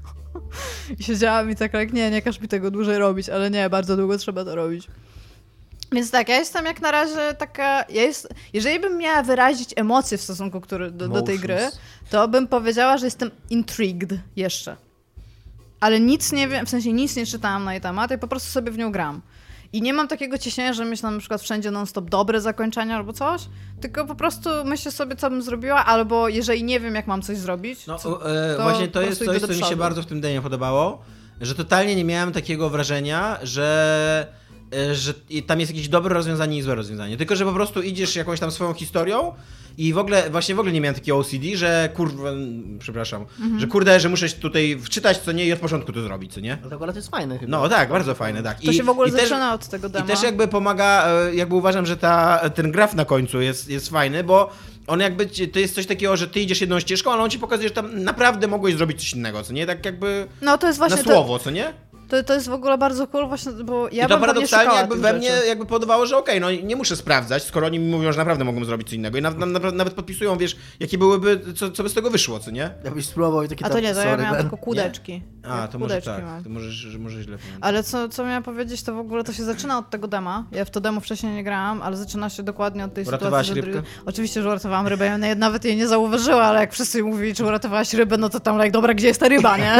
I siedziałam i tak jak, nie, nie każ mi tego dłużej robić, ale nie, bardzo długo trzeba to robić. Więc tak, ja jestem jak na razie taka, ja jest, jeżeli bym miała wyrazić emocje w stosunku który, do, do tej gry, to bym powiedziała, że jestem intrigued jeszcze. Ale nic nie wiem, w sensie nic nie czytałam na jej temat, ja po prostu sobie w nią gram. I nie mam takiego ciśnienia, że myślę na przykład wszędzie non-stop dobre zakończenia albo coś, tylko po prostu myślę sobie, co bym zrobiła, albo jeżeli nie wiem, jak mam coś zrobić, No, co, e, to właśnie po to jest prostu idę coś, do co mi się przodu. bardzo w tym demie podobało, że totalnie nie miałem takiego wrażenia, że, e, że i tam jest jakieś dobre rozwiązanie i złe rozwiązanie. Tylko, że po prostu idziesz jakąś tam swoją historią i w ogóle, właśnie w ogóle nie miałem takiego O C D, że kurwa, przepraszam, Mhm. że kurde, że muszę tutaj wczytać co nie i od początku to zrobić, co nie? No to akurat jest fajne chyba. No tak, bardzo fajne, tak. To się w ogóle i też, zaczyna od tego I dema. też jakby pomaga, e, jakby uważam, że ta, ten graf na końcu jest, jest fajny, bo on jakby, ci- to jest coś takiego, że ty idziesz jedną ścieżką, ale on ci pokazuje, że tam naprawdę mogłeś zrobić coś innego, co nie? Tak jakby No to jest właśnie na to, słowo, co nie? to, to jest w ogóle bardzo cool właśnie, bo ja I to bym paradoksalnie szukała jakby tych we mnie rzeczy. jakby podobało, że okej, no nie muszę sprawdzać, skoro oni mi mówią, że naprawdę mogą zrobić co innego i na, na, na, nawet podpisują, wiesz, jakie byłyby, co, co by z tego wyszło, co nie? Jakbyś spróbował i takie A to tam, nie, to ja sorry, miałam man. tylko kółdeczki. A, Ja to może kółdeczki tak, mam. to może, że może źle pamiętam. Ale co, co miałam powiedzieć, to w ogóle to się zaczyna od tego dema. Ja w to demo wcześniej nie grałam, ale zaczyna się dokładnie od tej Uratowałaś sytuacji. że rybkę? dru- Oczywiście, że uratowałam rybę. Ja nawet jej nie zauważyła, ale jak wszyscy mówili, czy uratowałaś rybę, no to tam, like, dobra, gdzie jest ta ryba, nie?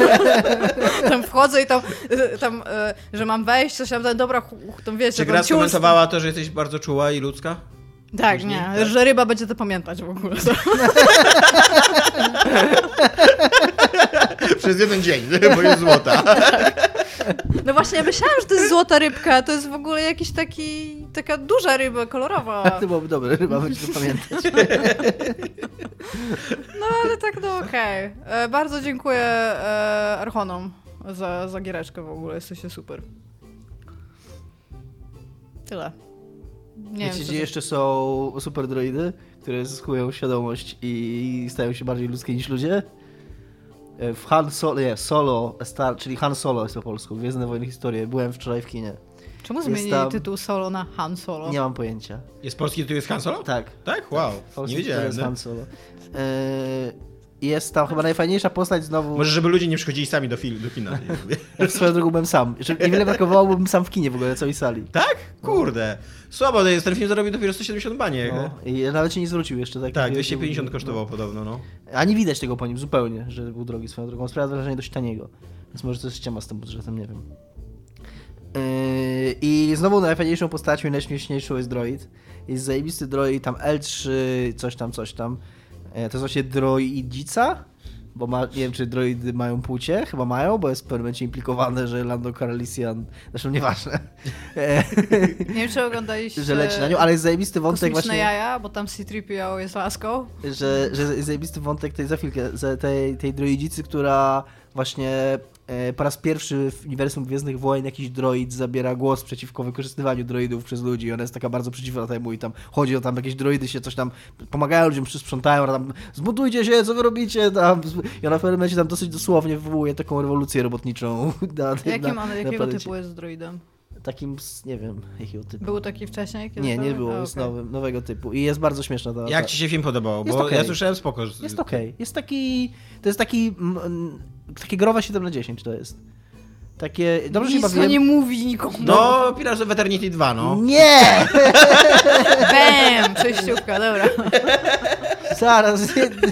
Tam wchodzę i tam, tam y, że mam wejść, coś tam, dobra, ch- ch- tam wiecie, Czy tam gra ciul- skomentowała to, że jesteś bardzo czuła i ludzka? Tak, później? nie, Tak. że ryba będzie to pamiętać w ogóle. Przez jeden dzień, bo jest złota. No właśnie, ja myślałam, że to jest złota rybka, to jest w ogóle jakiś taki, taka duża ryba, kolorowa. To byłoby dobre, chyba będzie to pamiętać. No ale tak, no okej. E, Bardzo dziękuję e, Archonom za, za giereczkę w ogóle, jesteście super. Tyle. Nie Wiecie, wiem, gdzie co... jeszcze są super droidy, które zyskują świadomość i stają się bardziej ludzkie niż ludzie? W Han Solo, nie, Solo, Star, czyli Han Solo jest po polsku, Gwiezdne Wojny Historie. Byłem wczoraj w kinie. Czemu jest zmienili tam- tytuł Solo na Han Solo? Nie mam pojęcia. Jest polski tytuł jest Han Solo? Tak. Tak? Wow, Polski nie tytuł wiedziałem. jest No. Han Solo. Eee, Jest tam chyba najfajniejsza postać znowu... Może żeby ludzie nie przychodzili sami do, film, do kina. Swoją drogą byłem sam. Niewiele brakowało, byłbym sam w kinie w ogóle na całej sali. Tak? Kurde. Słabo, to jest, ten film zarobił dopiero sto siedemdziesiąt baniek. No. I nawet się nie zwrócił jeszcze. Tak, Tak, dwieście pięćdziesiąt kosztował no. podobno, no. A nie widać tego po nim zupełnie, że był drogi swoją drogą. Sprawia wrażenie dość taniego. Więc może to jest ściema z tym budżetem, nie wiem. Yy, I znowu najfajniejszą postacią i najśmieszniejszą jest droid. Jest zajebisty droid, tam L trzy, coś tam, coś tam. To jest właśnie droidzica, bo ma, nie wiem, czy droidy mają płcie, chyba mają, bo jest w pewnym momencie implikowane, że Lando Calrissian, zresztą nieważne. Nie wiem, czy oglądaliście... Że leci na nią, ale jest zajebisty wątek Kosmiczne właśnie... jaja, bo tam C trzy P O jest laską. Że, że jest zajebisty wątek tej, za chwilkę, tej, tej droidzicy, która właśnie po raz pierwszy w uniwersum Gwiezdnych Wojen jakiś droid zabiera głos przeciwko wykorzystywaniu droidów przez ludzi. Ona jest taka bardzo przeciwna temu i tam chodzi o tam jakieś droidy się coś tam pomagają ludziom, sprzątają, ona tam zbudujcie się, co wy robicie tam. I ona w pewnym momencie tam dosyć dosłownie wywołuje taką rewolucję robotniczą. Na, Jakim na, on, na jakiego typu jest droidem? Takim, nie wiem, jakiego typu. Był taki wcześniej? Kiedy nie, nie był? było, A, jest okay. nowy, nowego typu i jest bardzo śmieszna ta... Jak ta... ci się film podobał? Jest Bo okay. ja słyszałem spoko. Jest okej. Okay. Jest taki, to jest taki, mm, takie growe siedem na dziesięć to jest. Takie, dobrze się bawiłem. nie mówi nikomu. No, Pirates of Eternity dwa, no. Nie! Bam! Przejściówka, dobra. Zaraz.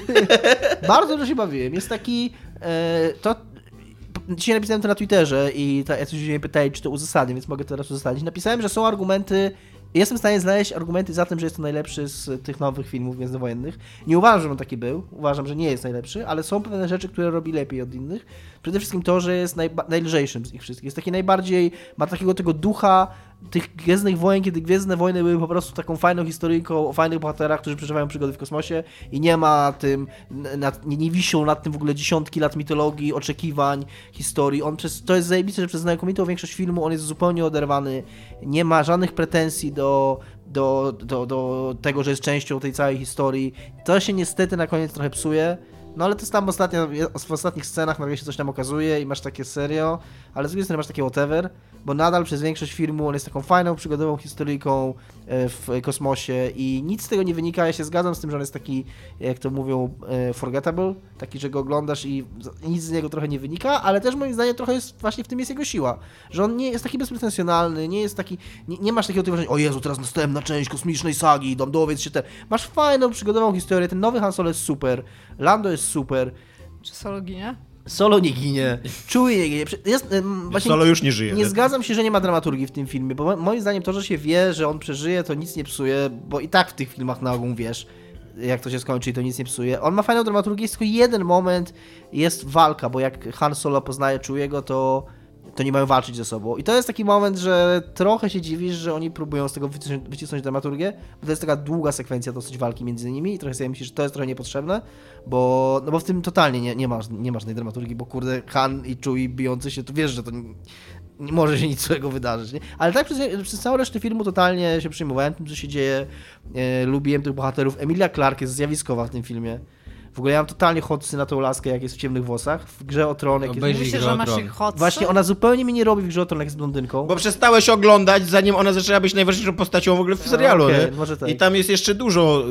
Bardzo dobrze się bawiłem. Jest taki, e, to dzisiaj napisałem to na Twitterze i ta, jacyś ludzie mnie pytali, czy to uzasadnię, więc mogę teraz uzasadnić. Napisałem, że są argumenty, jestem w stanie znaleźć argumenty za tym, że jest to najlepszy z tych nowych filmów gwiezdnowojennych. Nie uważam, że on taki był, uważam, że nie jest najlepszy, ale są pewne rzeczy, które robi lepiej od innych. Przede wszystkim to, że jest najba- najlżejszym z ich wszystkich. Jest taki najbardziej, ma takiego tego ducha tych Gwiezdnych Wojen, kiedy Gwiezdne Wojny były po prostu taką fajną historyjką o fajnych bohaterach, którzy przeżywają przygody w kosmosie i nie ma tym, nad, nie, nie wisią nad tym w ogóle dziesiątki lat mitologii, oczekiwań, historii. On przez, to jest zajebiste, że przez znakomitą większość filmu on jest zupełnie oderwany, nie ma żadnych pretensji do, do, do, do tego, że jest częścią tej całej historii. To się niestety na koniec trochę psuje. No ale to jest tam ostatnio, w ostatnich scenach nagle się coś tam okazuje i masz takie serio, ale z drugiej strony masz takie whatever, bo nadal przez większość filmu on jest taką fajną, przygodową historyjką w kosmosie i nic z tego nie wynika. Ja się zgadzam z tym, że on jest taki, jak to mówią, forgettable, taki, że go oglądasz i nic z niego trochę nie wynika, ale też moim zdaniem trochę jest, właśnie w tym jest jego siła, że on nie jest taki bezpretensjonalny, nie jest taki, nie, nie masz takiego wrażenia, o Jezu, teraz następna część kosmicznej sagi, dam dowiedz się ten. Masz fajną, przygodową historię, ten nowy Han Solo jest super, Lando jest super. Czy Solo ginie? Solo nie ginie, Chewie nie ginie. Jest, właśnie Solo już nie żyje. Nie zgadzam się, że nie ma dramaturgii w tym filmie, bo moim zdaniem to, że się wie, że on przeżyje, to nic nie psuje, bo i tak w tych filmach na ogół wiesz, jak to się skończy i to nic nie psuje. On ma fajną dramaturgię, jest tylko jeden moment, jest walka, bo jak Han Solo poznaje Chewiego, to to nie mają walczyć ze sobą. I to jest taki moment, że trochę się dziwisz, że oni próbują z tego wycisnąć, wycisnąć dramaturgię, bo to jest taka długa sekwencja dosyć walki między nimi i trochę sobie myślisz, że to jest trochę niepotrzebne, bo, no bo w tym totalnie nie, nie, masz, nie masz tej dramaturgii, bo kurde Han i Chewie bijący się, to wiesz, że to nie, nie może się nic złego wydarzyć. Nie? Ale tak przez, przez całą resztę filmu totalnie się przyjmowałem tym, co się dzieje. E, lubiłem tych bohaterów. Emilia Clarke jest zjawiskowa w tym filmie. W ogóle ja mam totalnie hotsy na tą laskę, jak jest w Ciemnych Włosach. W Grze o Tron, jak jest... Myślę, że masz ich hotsy? Właśnie ona zupełnie mi nie robi w Grze o Tron, jak jest blondynką. Bo przestałeś oglądać, zanim ona zaczęła być najważniejszą postacią w ogóle w serialu, okay, nie? Może tak. I tam jest jeszcze dużo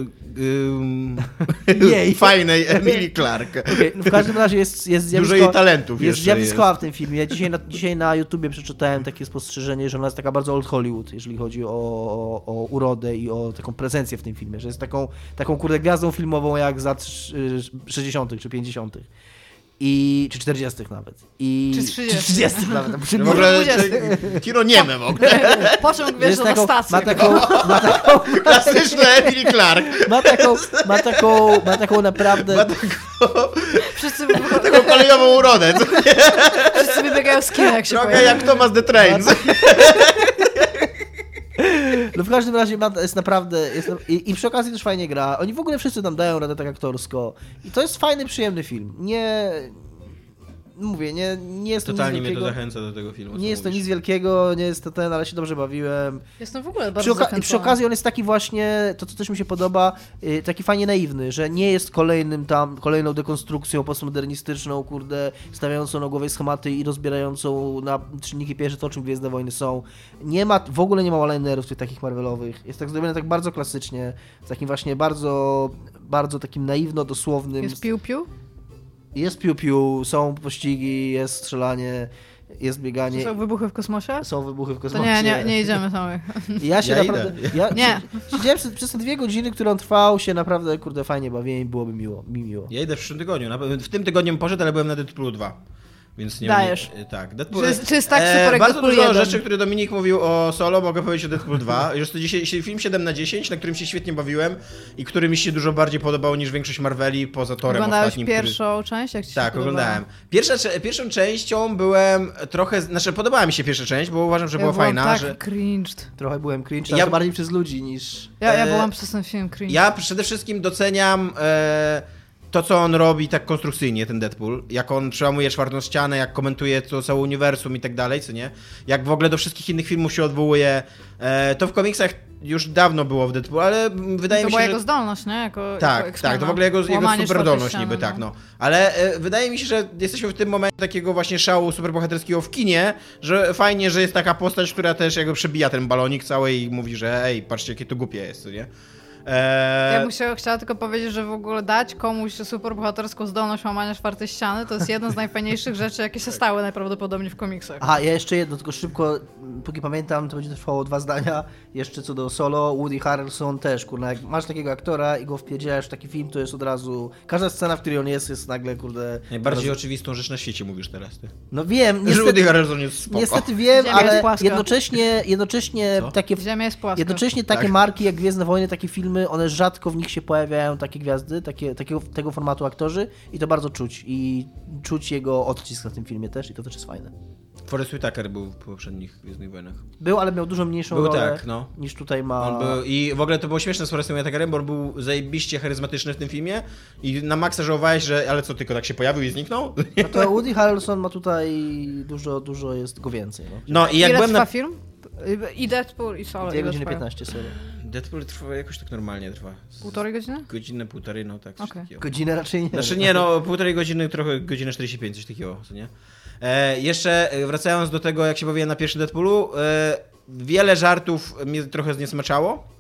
um, fajnej Emilii Clarke. Okay, no w każdym razie jest, jest zjawiskowa. Dużo jej talentów jest jeszcze zjawiskowa jest. w tym filmie. Ja dzisiaj na, dzisiaj na YouTubie przeczytałem takie spostrzeżenie, że ona jest taka bardzo old Hollywood, jeżeli chodzi o, o, o urodę i o taką prezencję w tym filmie, że jest taką, taką kurde gwiazdą filmową jak za sześćdziesiątych czy pięćdziesiątych. I, czy czterdziestych nawet. I, czy trzydziestych. Czy trzydziestych nawet. No może kino nieme w ogóle. Pociąg wjeżdża na stację. Ma taką, ma taką klasyczne Emily Clarke. Ma taką, ma taką, ma taką naprawdę... Ma taką, Wszyscy ma taką kolejową urodę. Co nie? Wszyscy wybiegają z kina, jak się Trochę pojawi. jak Thomas the Train. No w każdym razie jest naprawdę... Jest, i, I przy okazji też fajnie gra. Oni w ogóle wszyscy tam dają radę tak aktorsko. I to jest fajny, przyjemny film. Nie... Mówię, nie, nie jest to Totalnie nic mnie to wielkiego. zachęca do tego filmu. Nie jest to mówisz. nic wielkiego, nie jest to ten, ale się dobrze bawiłem. Jestem w ogóle bardzo Przy, oka- zachęcona. przy okazji on jest taki właśnie, to co też mi się podoba, yy, taki fajnie naiwny, że nie jest kolejnym tam, kolejną dekonstrukcją postmodernistyczną, kurde, stawiającą na głowie schematy i rozbierającą na czynniki pierwsze to, czym Gwiezdne Wojny są. Nie ma, w ogóle nie ma one-linerów tych takich Marvelowych. Jest tak zrobione tak bardzo klasycznie, z takim właśnie bardzo, bardzo takim naiwno, dosłownym... Jest piu-piu? Jest piu-piu, są pościgi, jest strzelanie, jest bieganie. Czy są wybuchy w kosmosie? Są wybuchy w To kosmosie. nie, nie, nie idziemy samych. Ja się Ja naprawdę... idę. Ja Nie. Siedziałem przez, przez te dwie godziny, które on trwał, się naprawdę, kurde, fajnie bawiłem i byłoby miło, mi miło. Ja idę w przyszłym tygodniu. Na pewno- W tym tygodniu bym poszedł, ale byłem na Deadpoolu dwa. Więc nie Dajesz. Nie, tak, Deadpool, Czy jest- czy jest tak super jak Bardzo Deadpool dużo jeden? rzeczy, które Dominik mówił o Solo, mogę powiedzieć o Deadpool dwa. Jest to dzisiaj film siedem na dziesięć, na którym się świetnie bawiłem i który mi się dużo bardziej podobał niż większość Marveli poza Torem Oglądałeś ostatnim. który- pierwszą część? Jak ci się Tak, podobała? oglądałem. Pierwsza, cze- pierwszą częścią byłem trochę, znaczy podobała mi się pierwsza część, bo uważam, że Ja była byłam fajna. tak że... cringed. Trochę byłem cringe, Ja- ale to bardziej przez ludzi niż... Ja, ja E, byłam przez ten film cringe. Ja przede wszystkim doceniam e, to, co on robi tak konstrukcyjnie, ten Deadpool. Jak on przełamuje czwartą ścianę, jak komentuje to całe uniwersum i tak dalej, co nie? Jak w ogóle do wszystkich innych filmów się odwołuje. E, to w komiksach już dawno było w Deadpool, ale wydaje to mi była się, jego że... zdolność, nie? Jako, Tak, jako tak, to w ogóle jego, jego Łamanie superdolność czwartej niby, ściany, tak, no. Ale e, wydaje mi się, że jesteśmy w tym momencie takiego właśnie szału superbohaterskiego w kinie, że fajnie, że jest taka postać, która też jakby przebija ten balonik cały i mówi, że ej, patrzcie, jakie to głupie jest, co nie? Eee, Ja bym się, chciała tylko powiedzieć, że w ogóle dać komuś superbohaterską zdolność łamania czwartej ściany to jest jedna z najfajniejszych rzeczy, jakie się stały najprawdopodobniej w komiksach. Aha, ja jeszcze jedno, tylko szybko, póki pamiętam, to będzie trwało dwa zdania. Jeszcze co do Solo, Woody Harrelson też, kurna, jak masz takiego aktora i go wpierdzielasz w taki film, to jest od razu... Każda scena, w której on jest, jest nagle, kurde... Najbardziej roz... oczywistą rzecz na świecie mówisz teraz, ty. No wiem, Że niestety, Woody Harrelson jest spoko. niestety wiem, Ziemia jest ale płaska. jednocześnie, jednocześnie Co? takie... Ziemia jest płaska. Jednocześnie takie Tak. marki jak Gwiezdne Wojny, takie filmy, one rzadko w nich się pojawiają, takie gwiazdy, takie, takiego, tego formatu aktorzy i to bardzo czuć. I czuć jego odcisk na tym filmie też i to też jest fajne. Forest Whitaker był w poprzednich Gwiezdnych Wojnach. Był, ale miał dużo mniejszą Był rolę tak, no. niż tutaj ma... On był, I w ogóle to było śmieszne z Forestem Whitakerem, bo on był zajebiście charyzmatyczny w tym filmie i na maksa żałowałeś, że ale co, tylko tak się pojawił i zniknął? No to Woody Harrelson ma tutaj dużo, dużo jest go więcej. No, No i jak Ile byłem trwa na... film? I Deadpool, i Solo. dwie ile godziny trwają? piętnaście, sorry. Deadpool trwa jakoś tak normalnie trwa. Z- Półtorej godziny? Godzinę, półtorej, no tak, coś Okej. takiego. Godzinę raczej nie. Znaczy nie, no półtorej godziny, trochę godzinę czterdzieści pięć, coś takiego, co nie? E, jeszcze e, wracając do tego, jak się bawiłem na pierwszym Deadpoolu, e, wiele żartów mnie trochę zniesmaczało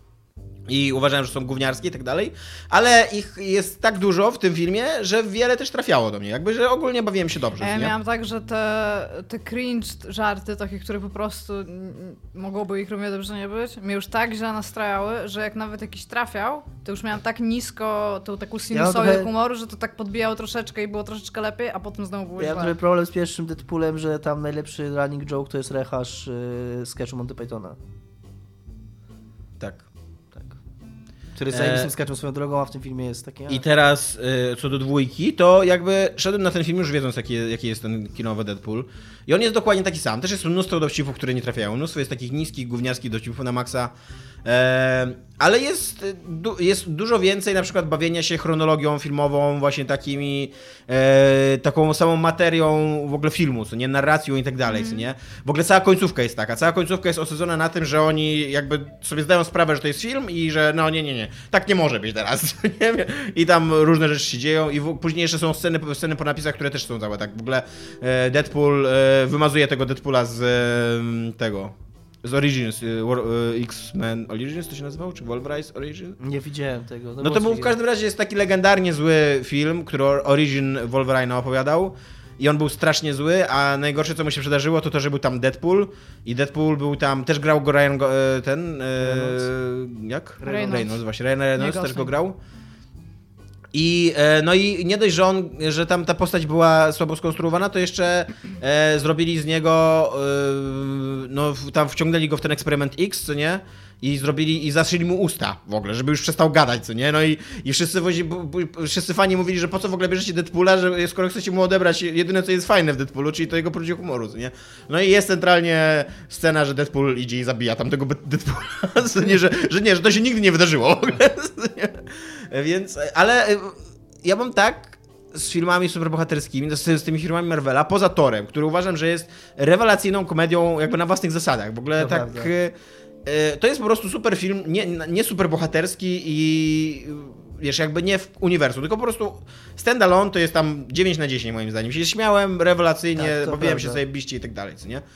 i uważałem, że są gówniarskie i tak dalej, ale ich jest tak dużo w tym filmie, że wiele też trafiało do mnie, jakby, że ogólnie bawiłem się dobrze, A ja nie? miałam tak, że te, te cringe żarty, takie, które po prostu mm, mogłoby ich równie dobrze nie być, mnie już tak źle nastrajały, że jak nawet jakiś trafiał, to już miałam tak nisko tą taką sinusoidę trochę- humoru, że to tak podbijało troszeczkę i było troszeczkę lepiej, a potem znowu było Ja mam źle. trochę problem z pierwszym Deadpoolem, że tam najlepszy running joke to jest rehasz yy, sketchu Monty Pythona. Tak. Tak. Który jest E, zajebistym sketchem swoją drogą, a w tym filmie jest taki... I teraz y, co do dwójki, to jakby szedłem na ten film już wiedząc, jaki, jaki jest ten kinowy Deadpool. I on jest dokładnie taki sam. Też jest mnóstwo dowcipów, które nie trafiają. Mnóstwo jest takich niskich, gówniarskich dowcipów na maksa. E, ale jest, du, jest dużo więcej na przykład bawienia się chronologią filmową, właśnie takimi, e, taką samą materią w ogóle filmu, co nie, narracją i tak dalej, co nie. W ogóle cała końcówka jest taka. Cała końcówka jest osadzona na tym, że oni jakby sobie zdają sprawę, że to jest film i że no nie, nie, nie, tak nie może być teraz. Nie? I tam różne rzeczy się dzieją i w, później jeszcze są sceny, sceny po napisach, które też są całe tak. W ogóle e, Deadpool e, wymazuje tego Deadpoola z e, tego, z Origins, e, War- e, X-Men Origins to się nazywał, czy Wolverine's Origins? Nie widziałem tego. No to było był w możliwe. każdym razie jest taki legendarnie zły film, który Origin Wolverine'a opowiadał. I on był strasznie zły, a najgorsze co mu się przydarzyło to to, że był tam Deadpool i Deadpool był tam, też grał go Ryan, go, e, ten, e, jak? Reynolds. Reynolds, właśnie, Ryan Reynolds Nie też go Gosling. grał. I e, no i nie dość, że on, że tam ta postać była słabo skonstruowana, to jeszcze e, zrobili z niego, e, no w- tam wciągnęli go w ten eksperyment X, co nie? I zrobili, i zaszyli mu usta w ogóle, żeby już przestał gadać, co nie? No i, i wszyscy, wozi- bu- bu- wszyscy fani mówili, że po co w ogóle bierzecie Deadpoola, że skoro chcecie mu odebrać jedyne, co jest fajne w Deadpoolu, czyli to jego poczucie humoru, co nie? No i jest centralnie scena, że Deadpool idzie i zabija tamtego Be- Deadpoola, co nie, że, że nie, że to się nigdy nie wydarzyło w ogóle, co nie? Więc, ale y, ja mam tak z filmami superbohaterskimi, z, z tymi filmami Marvela, poza Torem, który uważam, że jest rewelacyjną komedią jakby na własnych zasadach. W ogóle To tak... prawda. y, y, To jest po prostu super film, nie, nie superbohaterski i y, wiesz, jakby nie w uniwersum, tylko po prostu standalone to jest tam dziewięć na dziesięć moim zdaniem. Się śmiałem rewelacyjnie, Tak, to bawiłem się prawda. zajebiście i tak dalej, co nie?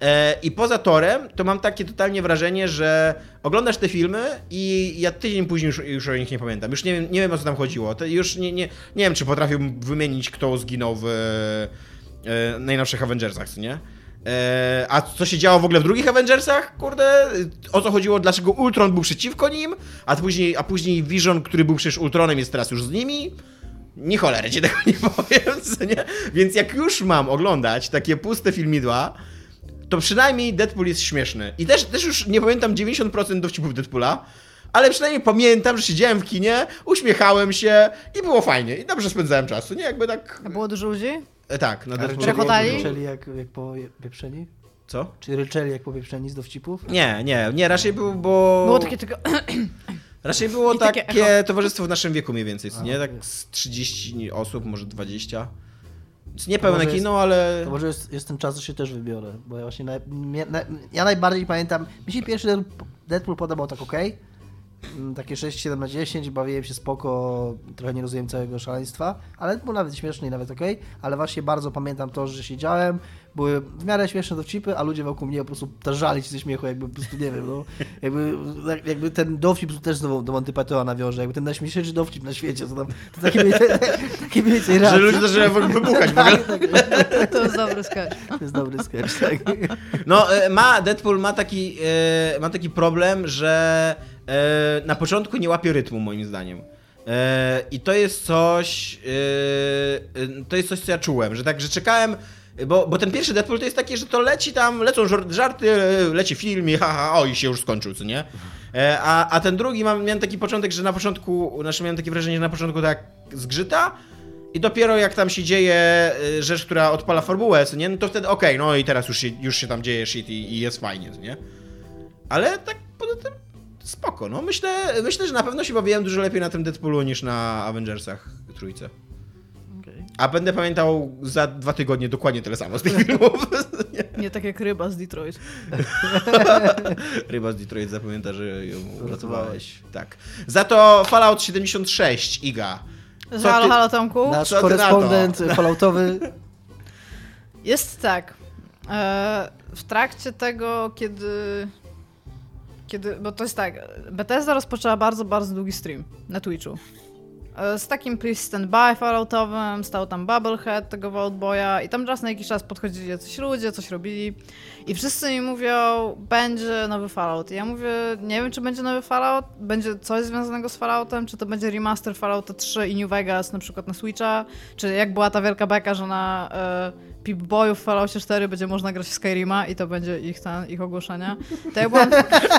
E, I poza Torem to mam takie totalnie wrażenie, że oglądasz te filmy i ja tydzień później już, już o nich nie pamiętam. Już nie wiem, nie wiem o co tam chodziło. To już nie, nie, nie wiem, czy potrafię wymienić, kto zginął w e, najnowszych Avengersach, co nie? E, a co się działo w ogóle w drugich Avengersach? Kurde, o co chodziło, dlaczego Ultron był przeciwko nim, a później, a później Vision, który był przecież Ultronem, jest teraz już z nimi? Nie cholery, ci tego nie powiem, co nie? Więc jak już mam oglądać takie puste filmidła, to przynajmniej Deadpool jest śmieszny. I też, też już nie pamiętam dziewięćdziesiąt procent dowcipów Deadpoola, ale przynajmniej pamiętam, że siedziałem w kinie, uśmiechałem się i było fajnie. I dobrze spędzałem czas, nie? Jakby tak... A było dużo ludzi? E, tak, na Deadpoolu. Rechotali? Ryczeli jak, jak po pieprzeni? Co? Czy ryczeli jak po pieprzeni z dowcipów? Nie, nie, nie, raczej był, bo... Było takie tylko... Raczej było I takie takie echo. towarzystwo w naszym wieku mniej więcej, co nie? Tak z trzydzieści osób, może dwadzieścia. Więc nie pełne może kino, jest, ale... To może jest, jest ten czas, że się też wybiorę, bo ja właśnie... Naj, mnie, na, ja najbardziej pamiętam... Mi się pierwszy Deadpool podobał tak okej. Okay. Takie sześć siedem na dziesięć, bawiłem się spoko, trochę nie rozumiem całego szaleństwa, ale był nawet śmieszny i nawet okej, okay. Ale właśnie bardzo pamiętam to, że siedziałem, były w miarę śmieszne dowcipy, a ludzie wokół mnie po prostu tarzali się ze śmiechu, jakby po prostu, nie wiem, no, jakby, jakby ten dowcip też do, do Monty Pythona nawiąże, jakby ten najśmieszniejszy dowcip na świecie, co tam, to takie mniej takie mniej więcej Że ludzie zaczynają wybuchać w ogóle. tak, tak, To jest dobry sketch. to jest dobry sketch, tak. No, ma, Deadpool ma taki, e, ma taki problem, że e, na początku nie łapie rytmu, moim zdaniem. E, I to jest coś, e, to jest coś, co ja czułem, że tak, że czekałem, bo, bo ten pierwszy Deadpool to jest taki, że to leci tam, lecą żarty, leci film i haha, o i się już skończył, co nie? E, a, a ten drugi, mam, miałem taki początek, że na początku, znaczy miałem takie wrażenie, że na początku tak zgrzyta, i dopiero jak tam się dzieje rzecz, która odpala formułę, co nie? No to wtedy okej, okay, no i teraz już się, już się tam dzieje shit i, i jest fajnie, co nie? Ale tak poza tym spoko, no myślę, myślę, że na pewno się bawiłem dużo lepiej na tym Deadpoolu niż na Avengersach trójce. Okay. A będę pamiętał za dwa tygodnie dokładnie tyle samo z tych filmów. Nie tak jak ryba z Detroit. Ryba z Detroit zapamięta, że ją uratowałeś. Tak. Za to Fallout siedemdziesiąt sześć, Iga. Co halo, ty... halo Tomku. Nasz Co ty korespondent na to? falloutowy. Jest tak. E, w trakcie tego, kiedy... kiedy... Bo to jest tak. Bethesda rozpoczęła bardzo, bardzo długi stream na Twitchu. E, z takim please stand by falloutowym, stał tam Bubblehead, tego Vault Boya i tam raz na jakiś czas podchodzili jacyś ludzie, coś robili i wszyscy mi mówią, będzie nowy Fallout. I ja mówię, nie wiem, czy będzie nowy Fallout, będzie coś związanego z Falloutem, czy to będzie remaster Fallouta trzy i New Vegas na przykład na Switcha, czy jak była ta wielka beka, że na e, Pip-Boyu w Falloutie cztery będzie można grać w Skyrima i to będzie ich, ten, ich ogłoszenie. To ja byłam...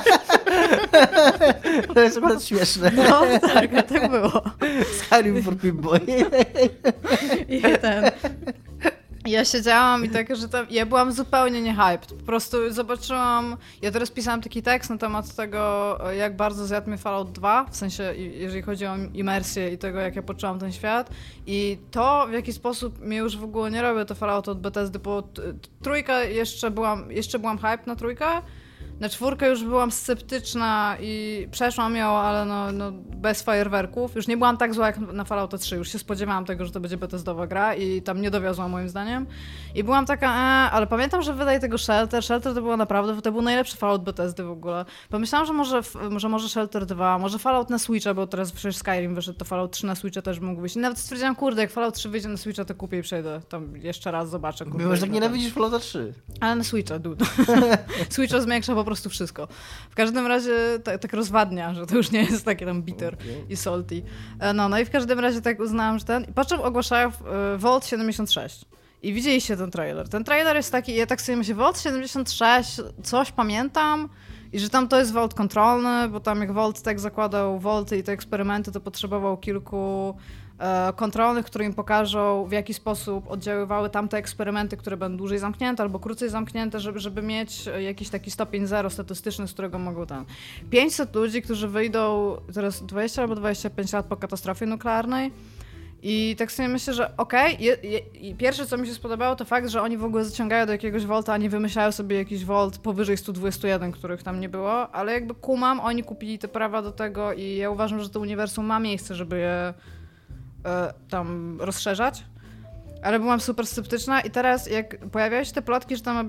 To jest akurat śmieszne. No tak, tak było. Skyrim for Pip-Boy. I ten... Ja siedziałam i tak, że tam... Ja byłam zupełnie nie hyped. Po prostu zobaczyłam... Ja teraz pisałam taki tekst na temat tego, jak bardzo zjadł mnie Fallout dwa, w sensie, jeżeli chodzi o imersję i tego, jak ja poczułam ten świat. I to, w jaki sposób mnie już w ogóle nie robię to Fallout od Bethesdy, bo trójka jeszcze byłam... Jeszcze byłam hyped na trójkę. Na czwórkę już byłam sceptyczna i przeszłam ją, ale no, no bez fajerwerków. Już nie byłam tak zła jak na Fallouta trzy. Już się spodziewałam tego, że to będzie Bethesdowa gra i tam nie dowiozła moim zdaniem. I byłam taka, e, ale pamiętam, że wydaje tego Shelter. Shelter to było naprawdę, to był najlepszy Fallout Bethesdy w ogóle. Pomyślałam, że może, że może Shelter dwa, może Fallout na Switcha, bo teraz przecież Skyrim wyszedł, to Fallout trzy na Switcha też mógł być. I nawet stwierdziłam, kurde, jak Fallout trzy wyjdzie na Switcha, to kupię i przejdę. Tam jeszcze raz zobaczę. Kurde, Mimo, że tak nienawidzisz Fallouta trzy. Ale na Switcha, dude. Switcha zwiększa po prostu wszystko. W każdym razie tak, tak rozwadnia, że to już nie jest takie tam bitter okay. i salty. No, no i w każdym razie tak uznałam, że ten... Po czym ogłaszają uh, Vault siedemdziesiąt sześć. I widzieliście ten trailer. Ten trailer jest taki, ja tak sobie myślę, Vault siedemdziesiąt sześć, coś pamiętam i że tam to jest Vault kontrolny, bo tam jak Vault tak zakładał Vaulty i te eksperymenty, to potrzebował kilku e, kontrolnych, które im pokażą, w jaki sposób oddziaływały tamte eksperymenty, które będą dłużej zamknięte albo krócej zamknięte, żeby, żeby mieć jakiś taki stopień zero statystyczny, z którego mogą tam pięćset ludzi, którzy wyjdą teraz dwadzieścia albo dwadzieścia pięć lat po katastrofie nuklearnej. I tak sobie myślę, że okej, okay, pierwsze co mi się spodobało to fakt, że oni w ogóle zaciągają do jakiegoś Volta, a nie wymyślają sobie jakiś Volt powyżej sto dwadzieścia jeden, których tam nie było, ale jakby kumam, oni kupili te prawa do tego i ja uważam, że to uniwersum ma miejsce, żeby je e, tam rozszerzać, ale byłam super sceptyczna i teraz jak pojawiają się te plotki, że tam ma być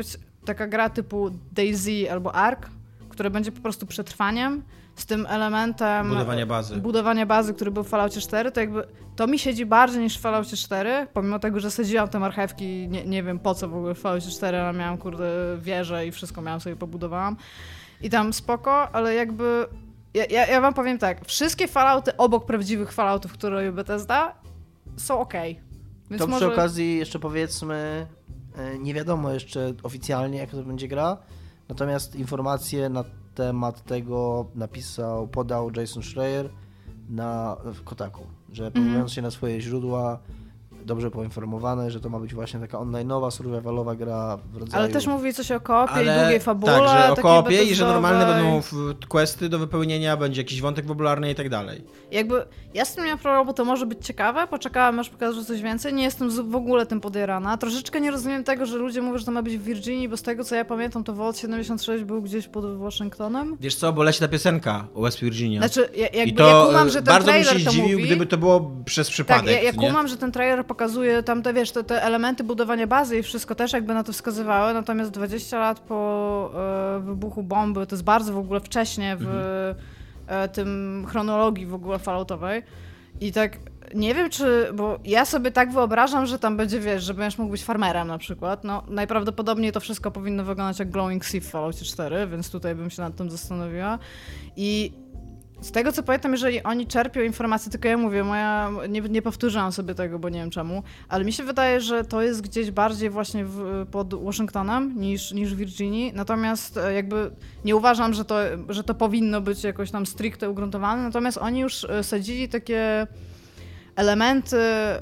taka gra typu DayZ albo Ark, które będzie po prostu przetrwaniem, z tym elementem budowania bazy. budowania bazy, który był w Falloutie cztery, to jakby to mi siedzi bardziej niż w Falloutie cztery, pomimo tego, że sadziłam te marchewki, nie, nie wiem po co w ogóle w Falloutie cztery, ale miałam kurde wieżę i wszystko miałam sobie pobudowałam. I tam spoko, ale jakby ja, ja, ja wam powiem tak, wszystkie Fallouty obok prawdziwych Falloutów, które robi Bethesda, są okej. Okay. To może... przy okazji jeszcze powiedzmy, nie wiadomo jeszcze oficjalnie, jak to będzie gra, natomiast informacje na temat tego napisał, podał Jason Schreier na w Kotaku, że powołując mm-hmm. się na swoje źródła, dobrze poinformowane, że to ma być właśnie taka online'owa, survivalowa gra w rodzaju... Ale też mówi coś o koopie Ale, i długiej fabule. Tak, że o koopie bezdowej. I że normalne będą questy do wypełnienia, będzie jakiś wątek fabularny i tak dalej. Jakby, ja z tym nie mam problemu, bo to może być ciekawe, poczekałam aż pokażę coś więcej, nie jestem w ogóle tym podjarana. Troszeczkę nie rozumiem tego, że ludzie mówią, że to ma być w Virginii, bo z tego co ja pamiętam, to Vault siedemdziesiąt sześć był gdzieś pod Waszyngtonem. Wiesz co, bo leci ta piosenka West Virginia. Znaczy, ja, jakby, I to ja kumam, że ten bardzo bym trailer się to zdziwił, mówi. gdyby to było przez przypadek. Tak, ja, ja nie? kumam, że ten trailer pokazuje tam te, wiesz, te, te elementy budowania bazy i wszystko też jakby na to wskazywały, natomiast dwadzieścia lat po e, wybuchu bomby, to jest bardzo w ogóle wcześnie w mhm. e, tym chronologii w ogóle falloutowej i tak nie wiem czy, bo ja sobie tak wyobrażam, że tam będzie, wiesz, że będziesz mógł być farmerem na przykład, no najprawdopodobniej to wszystko powinno wyglądać jak Glowing Sea w Falloutie cztery, więc tutaj bym się nad tym zastanowiła i z tego co pamiętam, jeżeli oni czerpią informacje, tylko ja mówię, moja, nie, nie powtórzyłam sobie tego, bo nie wiem czemu, ale mi się wydaje, że to jest gdzieś bardziej właśnie w, pod Waszyngtonem niż, niż w Virginii, natomiast jakby nie uważam, że to, że to powinno być jakoś tam stricte ugruntowane, natomiast oni już sadzili takie elementy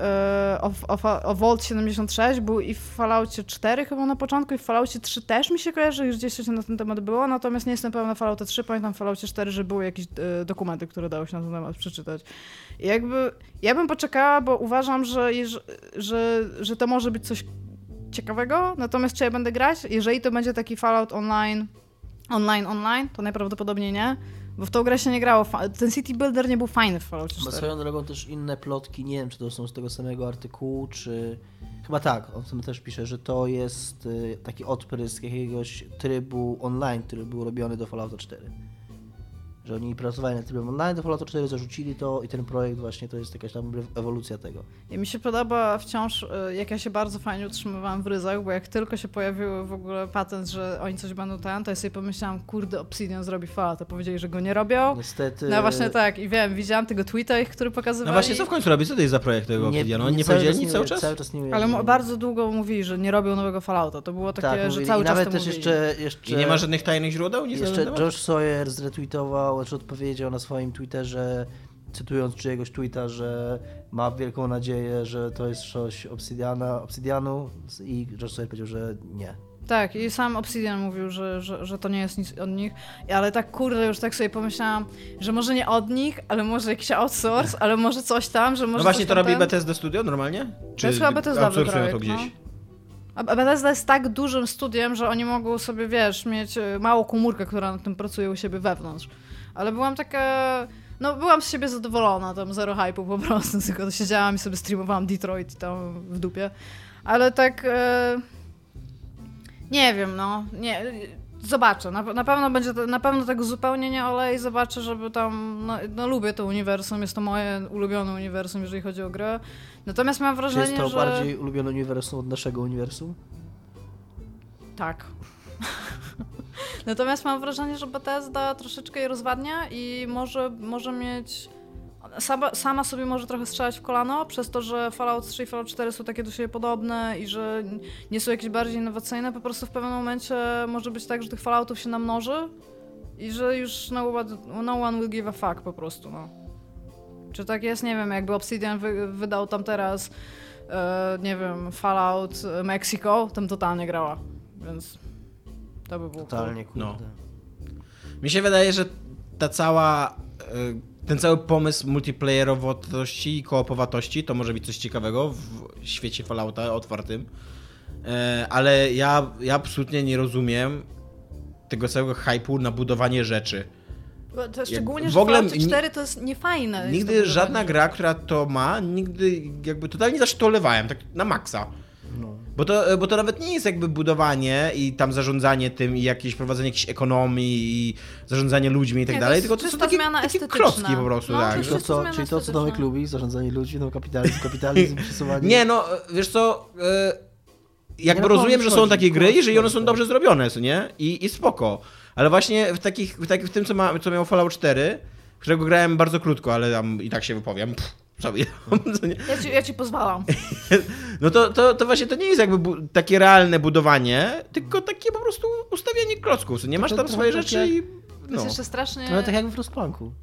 e, o, o, o Vault siedemdziesiąt sześć był i w Falloutie cztery chyba na początku i w Falloutie trzy też mi się kojarzy, już gdzieś coś na ten temat było, natomiast nie jestem pewna Falloutie trzy, pamiętam w Falloutie cztery, że były jakieś e, dokumenty, które dało się na ten temat przeczytać. I jakby ja bym poczekała, bo uważam, że, jeż, że, że to może być coś ciekawego, natomiast czy ja będę grać? Jeżeli to będzie taki Fallout online, online, online, to najprawdopodobniej nie. Bo w tą grę się nie grało. Ten City Builder nie był fajny w Falloutie cztery. Ma swoją drogą też inne plotki, nie wiem czy to są z tego samego artykułu, czy... Chyba tak, on tam też pisze, że to jest taki odprysk jakiegoś trybu online, który był robiony do Fallouta cztery. Że oni pracowali nad trybem online do Fallouta cztery, zarzucili to i ten projekt właśnie to jest jakaś tam ewolucja tego. I mi się podoba wciąż, jak ja się bardzo fajnie utrzymywałam w ryzach, bo jak tylko się pojawił w ogóle patent, że oni coś będą ten, to ja sobie pomyślałam, kurde, Obsidian zrobi Fallout, a powiedzieli, że go nie robią. Niestety... No właśnie tak i wiem, widziałam tego tweeta ich, który pokazywali. No właśnie, co w końcu robi? Co to jest za projekt tego Obsidianu? Oni nie, nie powiedzieli nic cały czas? Cały czas nie Ale m- bardzo długo mówili, że nie robią nowego Fallouta. To było takie, tak, że mówili. cały I czas nawet to też mówili. jeszcze, jeszcze... I nie ma żadnych tajnych źródeł? Nic jeszcze Josh Sawyer zretweetował, znaczy odpowiedział na swoim Twitterze, cytując czyjegoś tweeta, że ma wielką nadzieję, że to jest coś Obsidiana, Obsidianu i Josh Sawyer powiedział, że nie. Tak, i sam Obsidian mówił, że, że, że to nie jest nic od nich, ale tak kurde, już tak sobie pomyślałam, że może nie od nich, ale może jakiś outsource, ale może coś tam, że może No właśnie coś to robi ten... Bethesda Studio normalnie? Czy to jest chyba Bethesda outsourcują to gdzieś? No. A Bethesda jest tak dużym studiem, że oni mogą sobie, wiesz, mieć małą komórkę, która nad tym pracuje u siebie wewnątrz. Ale byłam taka... No byłam z siebie zadowolona, tam zero hype'u po prostu, tylko siedziałam i sobie streamowałam Detroit tam w dupie. Ale tak... E... Nie wiem, no. Nie... Zobaczę. Na, na pewno będzie to, na pewno tego zupełnie nie olej. Zobaczę, żeby tam... No, no lubię to uniwersum, jest to moje ulubione uniwersum, jeżeli chodzi o grę. Natomiast mam wrażenie, że... Czy jest to że... bardziej ulubione uniwersum od naszego uniwersum? Tak. Natomiast mam wrażenie, że Bethesda troszeczkę je rozwadnia i może, może mieć... Sama, sama sobie może trochę strzelać w kolano, przez to, że Fallout trzy i Fallout cztery są takie do siebie podobne i że nie są jakieś bardziej innowacyjne. Po prostu w pewnym momencie może być tak, że tych Falloutów się namnoży i że już no, no one will give a fuck po prostu, no. Czy tak jest? Nie wiem, jakby Obsidian wy, wydał tam teraz e, nie wiem, Fallout Mexico, tam totalnie grała, więc to by było totalnie cool. kurde. No. Mi się wydaje, że ta cała, ten cały pomysł multiplayerowości i koopowatości to może być coś ciekawego w świecie Fallouta otwartym, ale ja, ja absolutnie nie rozumiem tego całego hype'u na budowanie rzeczy. Bo to szczególnie, w że ogóle Fallout cztery to jest niefajne. Nigdy jest żadna gra, która to ma, nigdy jakby totalnie zasztolewałem, tak na maksa. No. Bo to, bo to nawet nie jest jakby budowanie i tam zarządzanie tym i jakieś prowadzenie jakiejś ekonomii i zarządzanie ludźmi i tak Nie, dalej, to tylko to są czysta takie, zmiana takie estetyczna. klocki po prostu, No, tak. to Czyli to, Czysta co, zmiana czyli to, co estetyczna. Tomek lubi, zarządzanie ludźmi, no kapitalizm, kapitalizm, przesuwanie... Nie, no, wiesz co, e, jakby Nie, rozumiem, no, że są chodzi, takie gry, chodzi, jeżeli one chodzi, są tak. dobrze zrobione, co nie? I, i spoko. Ale właśnie w, takich, w, takich, w tym, co, ma, co miał Fallout cztery, którego grałem bardzo krótko, ale tam i tak się wypowiem, pff, sobie, co nie? Ja ci, ja ci pozwalam. No to, to, to właśnie to nie jest jakby bu- takie realne budowanie, tylko takie po prostu ustawianie klocków, co nie? Masz To tam trochę swoje tak rzeczy jak- i... To No. jest jeszcze strasznie... Trochę tak jak w Frostpunku.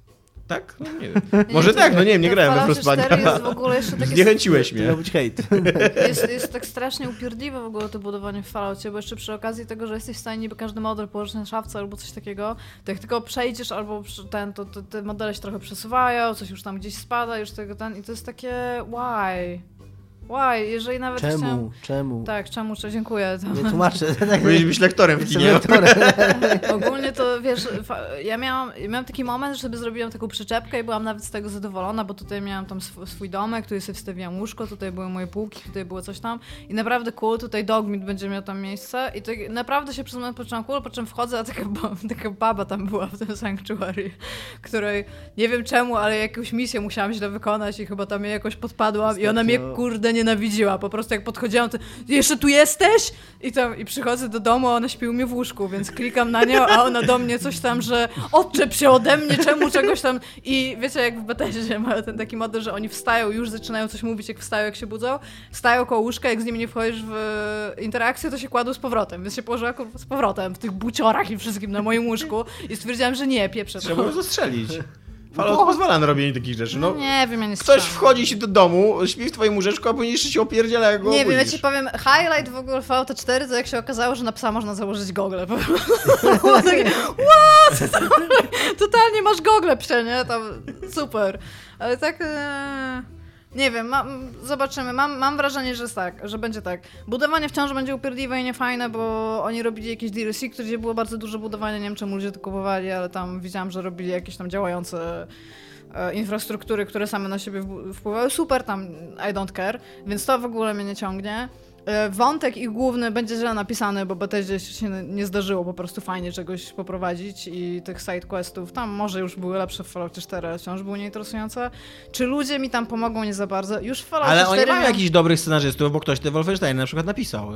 Tak? No, nie wiem. Może to- tak, no nie wiem, nie to grałem we Falloutie cztery Frostpunka. jest w ogóle jeszcze takie... Zniechęciłeś To miał mnie. być hejt. Jest, jest tak strasznie upierdliwe w ogóle to budowanie w Falloutie, bo jeszcze przy okazji tego, że jesteś w stanie niby każdy model położyć na szafce albo coś takiego, to jak tylko przejdziesz albo przy- ten, to, to te modele się trochę przesuwają, coś już tam gdzieś spada, już tego ten i to jest takie why? Why? Jeżeli nawet Czemu? chciałam... Czemu? Tak, czemu? Czy dziękuję. To... Nie tłumaczę. Powinieneś być lektorem w Jestem kinie. lektorem. Ogólnie to wiesz, fa- ja miałam, ja miałam taki moment, że sobie zrobiłam taką przyczepkę i byłam nawet z tego zadowolona, bo tutaj miałam tam sw- swój domek, tutaj sobie wstawiłam łóżko, tutaj były moje półki, tutaj było coś tam i naprawdę cool, tutaj Dogmeat będzie miał tam miejsce i to naprawdę się przez moment poczułam cool, po czym wchodzę, a taka, ba- taka baba tam była w tym Sanctuary, której nie wiem czemu, ale jakąś misję musiałam źle wykonać i chyba tam jej jakoś podpadłam i ona mnie kurde nienawidziła, po prostu jak podchodziłam, to jeszcze tu jesteś? I tam i przychodzę do domu, a ona śpi u mnie w łóżku, więc klikam na nią, a ona do mnie coś tam, że odczep się ode mnie, czemu czegoś tam. I wiecie, jak w Bethesdzie mają ten taki model, że oni wstają, już zaczynają coś mówić, jak wstają, jak się budzą, stają koło łóżka, jak z nimi nie wchodzisz w interakcję, to się kładą z powrotem, więc się położyła kurwa z powrotem w tych buciorach i wszystkim na moim łóżku i stwierdziłam, że nie, pieprzę to. Trzeba było zastrzelić. Fallout pozwala na robienie takich rzeczy. No, Nie wiem, ja nie ktoś strzelam. wchodzi ci do domu, śpi w twoim łóżeczku, a później jeszcze się opierdziela, jak go Nie wiem, ja obudzisz. ci powiem, highlight w ogóle Fallouta cztery to jak się okazało, że na psa można założyć gogle. Po prostu. Było takie, what? Totalnie masz gogle psie, nie? Tam, super. Ale tak... E... Nie wiem, ma, zobaczymy. Mam, mam wrażenie, że jest tak, że będzie tak. Budowanie wciąż będzie upierdliwe i niefajne, bo oni robili jakieś D L C, gdzie było bardzo dużo budowania, nie wiem czemu ludzie to kupowali, ale tam widziałam, że robili jakieś tam działające e, infrastruktury, które same na siebie w- wpływały. Super, tam I don't care, więc to w ogóle mnie nie ciągnie. E, Wątek ich główny będzie źle napisany, bo Bethesdzie się nie zdarzyło po prostu fajnie czegoś poprowadzić i tych sidequestów, tam może już były lepsze w Falloutie cztery, ale wciąż były nieinteresujące. Czy ludzie mi tam pomogą? Nie za bardzo. Już w Falloutie Ale oni cztery mają miał- jakichś dobrych scenarzystów, bo ktoś te Wolfenstein na przykład napisał.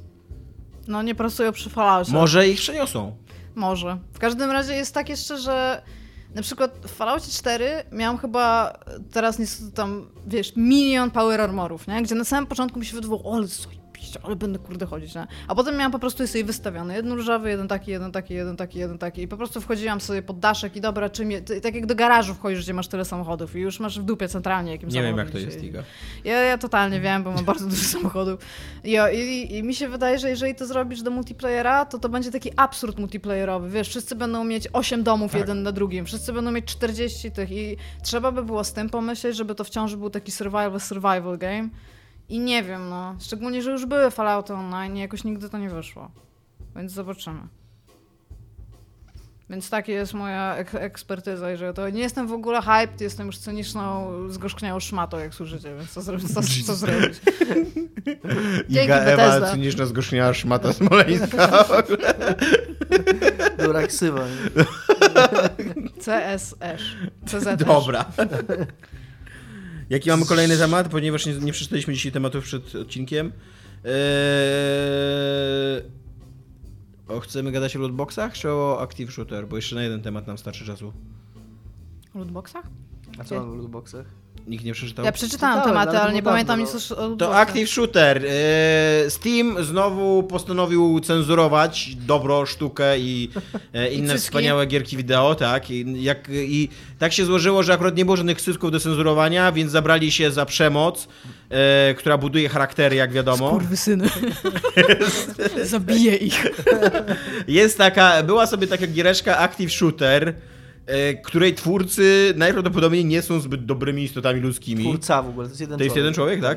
No nie pracują przy Falloutie. Może ich przeniosą. Może. W każdym razie jest tak jeszcze, że na przykład w Falloutie cztery miałam chyba teraz niestety tam, wiesz, milion power armorów, nie? Gdzie na samym początku mi się wydawało, o, ale zajebiście, ale będę kurde chodzić, nie? A potem miałam po prostu sobie wystawiony. Jeden różowy, jeden taki, jeden taki, jeden taki, jeden taki i po prostu wchodziłam sobie pod daszek i dobra, czym je... tak jak do garażu wchodzisz, gdzie masz tyle samochodów i już masz w dupie centralnie, jakim Nie wiem, samochodem jak to się jest, jeździ. Iga. Ja, ja totalnie wiem, bo mam bardzo dużo samochodów. I, o, i, I mi się wydaje, że jeżeli to zrobisz do multiplayera, to to będzie taki absurd multiplayerowy. Wiesz, wszyscy będą mieć osiem domów Tak. jeden na drugim, wszyscy będą mieć czterdzieści tych i trzeba by było z tym pomyśleć, żeby to wciąż był taki survival survival game. I nie wiem, no. Szczególnie, że już były Fallouty online i jakoś nigdy to nie wyszło. Więc zobaczymy. Więc taka jest moja ek- ekspertyza, jeżeli to nie jestem w ogóle hyped, jestem już cyniczną, zgorzkniałą szmatą, jak słyszycie, więc co, zrobić? co, co zrobić? Dzięki, Iga, Ewa, Bethesda. cyniczna, zgorzkniała szmata smoleńska. Dobra ksywa. nie? C S S. C Z S. Dobra. Jaki mamy kolejny temat? Ponieważ nie, nie przeczytaliśmy dzisiaj tematów przed odcinkiem. Eee... O, chcemy gadać o lootboxach, czy o Active Shooter? Bo jeszcze na jeden temat nam starczy czasu. W lootboxach? A co mamy w lootboxach? Nikt nie przeczytał? Ja przeczytałam Czytałem, tematy, ale to ale nie było pamiętam dawno, nic o To lootboxach. Active Shooter. Eee, Steam znowu postanowił cenzurować dobro, sztukę i e, inne cycki. wspaniałe gierki wideo, tak? I, jak, I tak się złożyło, że akurat nie było żadnych cycków do cenzurowania, więc zabrali się za przemoc, e, która buduje charaktery, jak wiadomo. Kurwysyny. Zabiję ich. Jest taka, była sobie taka giereczka Active Shooter, e, której twórcy najprawdopodobniej nie są zbyt dobrymi istotami ludzkimi. Twórca w ogóle, to jest jeden To jest człowiek. jeden człowiek, tak?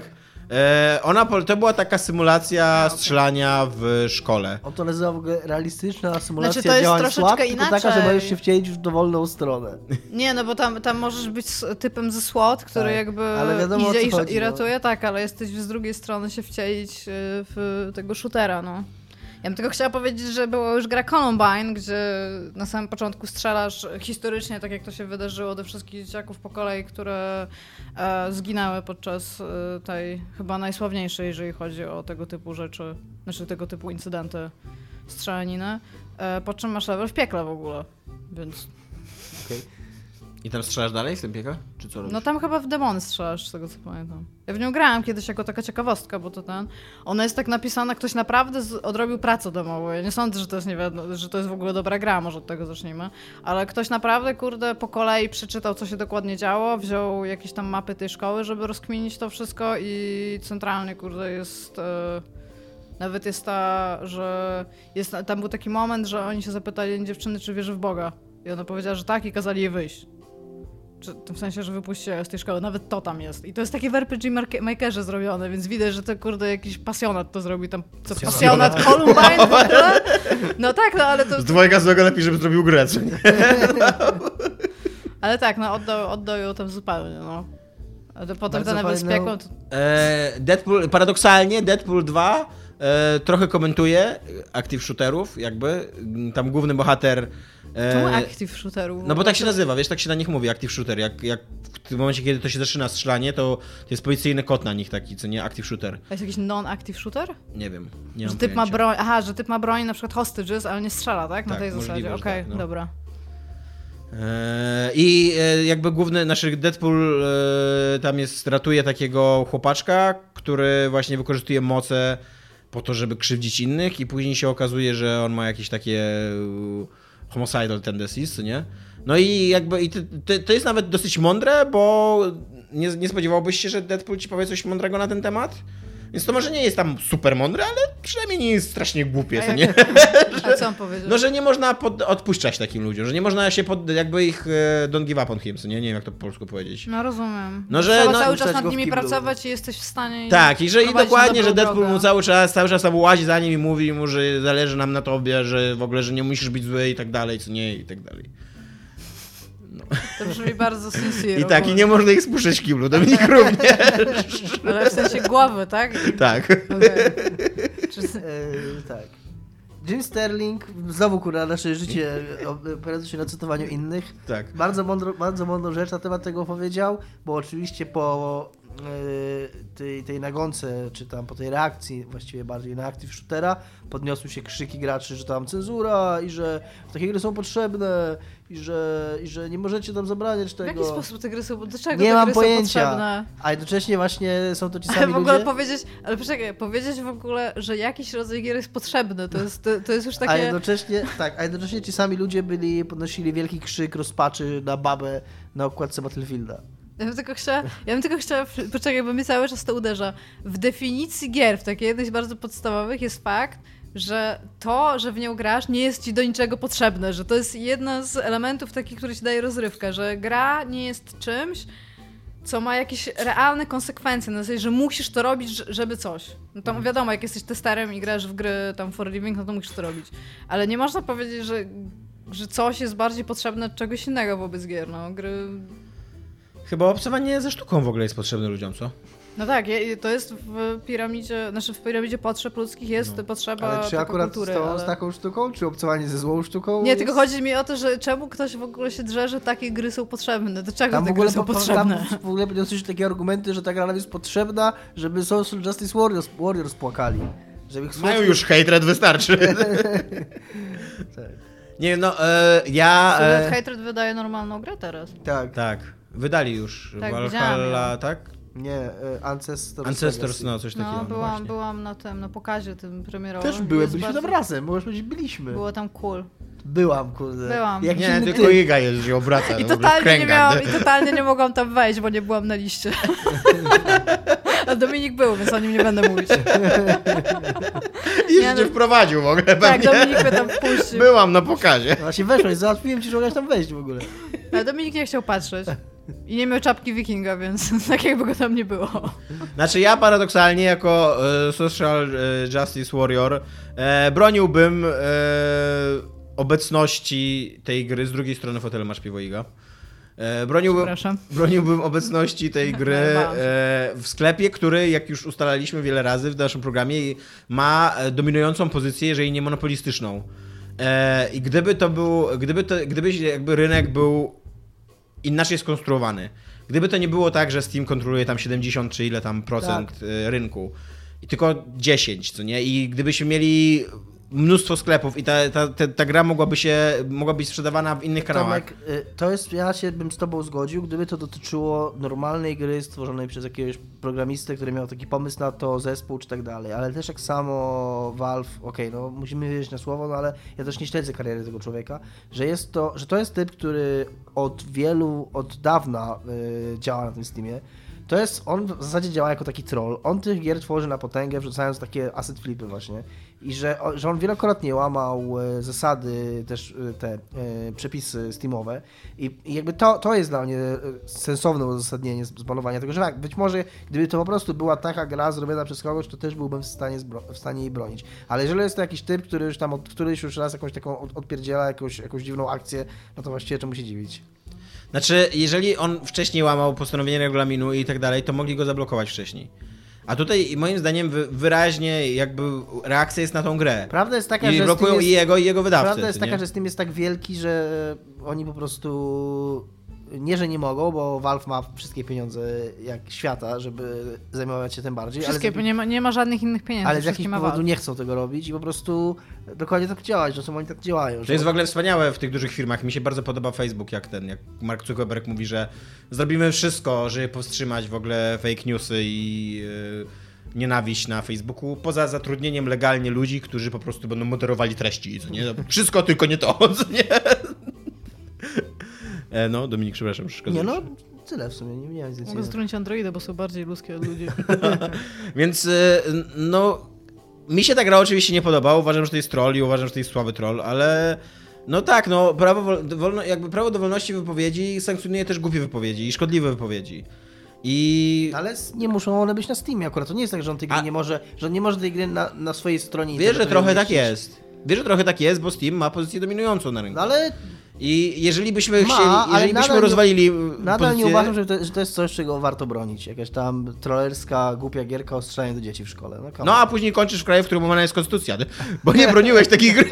E, ona, to była taka symulacja strzelania w szkole. On to nazywa w ogóle realistyczna symulacja Znaczy, to jest działań troszeczkę SWAT, tylko taka, że inaczej. możesz się wcielić w dowolną stronę. Nie, no bo tam, tam możesz być s- typem ze SWAT, który Tak, jakby ale wiadomo, o idzie co i, chodzi, i no. ratuje, tak, ale jesteś z drugiej strony się wcielić y, w tego shootera, no. Ja bym tylko chciała powiedzieć, że była już gra Columbine, gdzie na samym początku strzelasz historycznie, tak jak to się wydarzyło do wszystkich dzieciaków po kolei, które e, zginęły podczas e, tej chyba najsławniejszej, jeżeli chodzi o tego typu rzeczy, znaczy tego typu incydenty strzelaniny, e, po czym masz level w piekle w ogóle, więc... Okay. I tam strzelasz dalej w tym piekle? Czy co robisz? No tam chyba w demony strzelasz, z tego co pamiętam. Ja w nią grałam kiedyś jako taka ciekawostka, bo to ten... Ona jest tak napisana, ktoś naprawdę z, odrobił pracę domową. Ja nie sądzę, że to jest nie wiadomo, że to jest w ogóle dobra gra, może od tego zacznijmy. Ale ktoś naprawdę, kurde, po kolei przeczytał, co się dokładnie działo, wziął jakieś tam mapy tej szkoły, żeby rozkminić to wszystko i centralnie, kurde, jest... E... Nawet jest ta, że... Jest, tam był taki moment, że oni się zapytali dziewczyny, czy wierzy w Boga. I ona powiedziała, że tak i kazali jej wyjść. W sensie, że wypuściła z tej szkoły. Nawet to tam jest. I to jest takie w R P G Makerze zrobione, więc widać, że to kurde jakiś pasjonat to zrobił tam. Co, pasjonat Columbine w ogóle? No tak, no ale to... Z dwojga złego lepiej, żeby zrobił grę, co nie? Ale tak, no oddał, oddał ją tam zupełnie, no. A to potem ten nawet z piekłem... To... E, Deadpool, paradoksalnie Deadpool dwa e, trochę komentuje active shooterów, jakby. Tam główny bohater... E, Czemu active shooterów? No bo tak się nazywa, wiesz, tak się na nich mówi, active shooter. Jak, jak w tym momencie, kiedy to się zaczyna strzelanie, to, to jest policyjny kod na nich taki, co nie, active shooter. A jest jakiś non-active shooter? Nie wiem, nie Że mam typ ma pojęcia. broń, aha, że typ ma broń, na przykład hostages, ale nie strzela, tak? Na Tak, tej możliwe, zasadzie, że okej, tak, no. dobra. E, I e, jakby główny, nasz Deadpool e, tam jest, ratuje takiego chłopaczka, który właśnie wykorzystuje moce po to, żeby krzywdzić innych i później się okazuje, że on ma jakieś takie e, homicidal tendencies, nie? No i jakby i to, to jest nawet dosyć mądre, bo nie, nie spodziewałbyś się, że Deadpool ci powie coś mądrego na ten temat? Więc to może nie jest tam super mądre, ale przynajmniej nie jest strasznie głupie, co nie? A co on powiedział? No, że nie można pod, odpuszczać takim ludziom, że nie można się pod, jakby ich e, don't give up on him, co nie? Nie wiem, jak to po polsku powiedzieć. No rozumiem. No, że Trzeba no- cały czas Puszczać nad go w nimi kiblu. pracować i jesteś w stanie... Tak, i że i prowadzić dokładnie, na że dobrą Deadpool drogę. mu cały czas, cały czas tam łazi za nim i mówi mu, że zależy nam na tobie, że w ogóle, że nie musisz być zły i tak dalej, co nie, i tak dalej. To brzmi bardzo sincere. I tak, i ogólnie. nie można ich spuszczać w kiblu, Dominik również. Ale w sensie głowy, tak? I... Tak. Okay. Czy... E, tak. Jim Sterling, znowu kurwa nasze życie opierające się na cytowaniu innych. Tak. Bardzo, mądro, bardzo mądrą rzecz na temat tego powiedział, bo oczywiście po e, tej, tej nagonce, czy tam po tej reakcji, właściwie bardziej na active shootera, podniosły się krzyki graczy, że tam cenzura i że takie gry są potrzebne i że, i że nie możecie tam zabraniać W tego. jaki sposób te gry są... Do czego Nie te mam gry są pojęcia. potrzebne? A jednocześnie właśnie są to ci Ale sami w ogóle ludzie. powiedzieć, ale poczekaj, powiedzieć w ogóle, że jakiś rodzaj gier jest potrzebny, to jest, to, to jest już A takie... jednocześnie, tak, a jednocześnie ci sami ludzie byli, podnosili wielki krzyk rozpaczy na babę na okładce Battlefielda. Ja bym tylko chciała, ja bym tylko chciała, poczekaj, bo mnie cały czas to uderza. W definicji gier, w takiej jednej z bardzo podstawowych jest fakt, że to, że w nią grasz, nie jest ci do niczego potrzebne, że to jest jedna z elementów takich, który ci daje rozrywkę, że gra nie jest czymś, co ma jakieś realne konsekwencje, na zasadzie, że musisz to robić, żeby coś. No to wiadomo, jak jesteś testerem i grasz w gry tam for living, no to musisz to robić. Ale nie można powiedzieć, że, że coś jest bardziej potrzebne od czegoś innego wobec gier, no gry... Chyba obcowanie ze sztuką w ogóle jest potrzebne ludziom, co? No tak, je- to jest w piramidzie, znaczy w piramidzie potrzeb ludzkich jest No. potrzeba Ale czy taka akurat kultury, z, tą, ale... z taką sztuką, czy obcowanie ze złą sztuką? Nie, jest... tylko chodzi mi o to, że czemu ktoś w ogóle się drze, że takie gry są potrzebne? Do czego Tam w te ogóle, gry są po, potrzebne? tam w ogóle podniosły się takie argumenty, że ta gra jest potrzebna, żeby Social Justice Warriors, Warriors płakali. Żeby ich Mają słuchać- już hatred, wystarczy. Tak. Nie wiem, no e, ja... Solid E, Hatred wydaje normalną grę teraz. Tak. tak, wydali już Tak, Valhalla, widziałam tak? Nie, e, Ancestors. Ancestors, Legacy. no coś takiego. No, no byłam, właśnie. byłam na tym, na pokazie tym premierowym. Też byłem, Jest byliśmy bardzo- tam razem, możesz powiedzieć, byliśmy. Było tam cool. Byłam, kurde. Byłam. Jak Nie, inny tylko ty. Iga jest, się obraca. I no, totalnie nie kręga, miałam, nie? i totalnie nie mogłam tam wejść, bo nie byłam na liście. A Dominik był, więc o nim nie będę mówić. I już Nie, cię no- wprowadził w ogóle Tak, pewnie. Dominik mnie tam wpuścił. Byłam na pokazie. No właśnie weszłeś, załatwiłem ci, że mogłaś tam wejść w ogóle. Ale Dominik nie chciał patrzeć. I nie miał czapki wikinga, więc tak jakby go tam nie było. Znaczy ja paradoksalnie jako e, social e, justice warrior e, broniłbym e, obecności tej gry, z drugiej strony fotelu masz piwo Iga. E, broniłbym, broniłbym obecności tej gry e, w sklepie, który, jak już ustalaliśmy wiele razy w naszym programie, ma dominującą pozycję, jeżeli nie monopolistyczną. E, I gdyby to był, gdyby, to, gdyby jakby rynek był inaczej skonstruowany, gdyby to nie było tak, że Steam kontroluje tam siedemdziesiąt czy ile tam procent tak. rynku i tylko dziesięć, co nie? I gdybyśmy mieli mnóstwo sklepów i ta, ta, ta, ta gra mogłaby się, mogła być sprzedawana w innych kanałach. Tomek, to jest, ja się bym z tobą zgodził, gdyby to dotyczyło normalnej gry stworzonej przez jakiegoś programistę, który miał taki pomysł na to, zespół czy tak dalej, ale też jak samo Valve, okej, okay, no musimy wierzyć na słowo, no ale ja też nie śledzę kariery tego człowieka, że jest to, że to jest typ, który od wielu, od dawna yy, działa na tym Steamie. To jest, on w zasadzie działa jako taki troll. On tych gier tworzy na potęgę, wrzucając takie asset flipy właśnie. I że, że on wielokrotnie łamał zasady, też te e, przepisy Steamowe. I, i jakby to, to jest dla mnie sensowne uzasadnienie zbanowania tego, że tak, być może gdyby to po prostu była taka gra zrobiona przez kogoś, to też byłbym w stanie, zbro- w stanie jej bronić. Ale jeżeli jest to jakiś typ, który już tam od któryś już raz jakąś taką od, odpierdziela jakąś, jakąś dziwną akcję, no to właściwie czemu się dziwić? Znaczy, jeżeli on wcześniej łamał postanowienie regulaminu i tak dalej, to mogli go zablokować wcześniej. A tutaj moim zdaniem wyraźnie jakby reakcja jest na tą grę. Prawda jest taka, I że blokują jest, i jego, i jego wydawcę. Prawda jest taka, nie? że Steam jest tak wielki, że oni po prostu nie, że nie mogą, bo Valve ma wszystkie pieniądze jak świata, żeby zajmować się tym bardziej. Wszystkie, ale z, nie, ma, nie ma żadnych innych pieniędzy. Ale z jakiegoś powodu nie chcą tego robić i po prostu dokładnie tak działać, że są oni tak działają. To jest w ogóle wspaniałe w tych dużych firmach. Mi się bardzo podoba Facebook, jak ten, jak Mark Zuckerberg mówi, że zrobimy wszystko, żeby powstrzymać w ogóle fake newsy i yy, nienawiść na Facebooku, poza zatrudnieniem legalnie ludzi, którzy po prostu będą moderowali treści, co nie? Wszystko, tylko nie to, co nie? No, Dominik, przepraszam, przeszkadzam. Nie no, tyle w sumie, nie miałem nic. Mogę stronić Androida, bo są bardziej ludzkie od ludzi. Więc, no, mi się ta gra oczywiście nie podoba, uważam, że to jest troll i uważam, że to jest słaby troll, ale no tak, no, prawo, wolno, jakby prawo do wolności wypowiedzi sankcjonuje też głupie wypowiedzi i szkodliwe wypowiedzi. I... Ale nie muszą one być na Steamie akurat, to nie jest tak, że on tej gry A... nie może, że on nie może tej gry na, na swojej stronie... Wiesz, że trochę tak jest. Wiesz, że trochę tak jest, bo Steam ma pozycję dominującą na rynku. No ale... I jeżeli byśmy Ma, chcieli, jeżeli byśmy rozwalili nie, Nadal pozycję... nie uważam, że to, że to jest coś, czego warto bronić. Jakaś tam trollerska, głupia gierka o strzelaniu do dzieci w szkole. No, no a później kończysz w kraju, w którym łamana jest konstytucja, bo nie broniłeś takiej gry.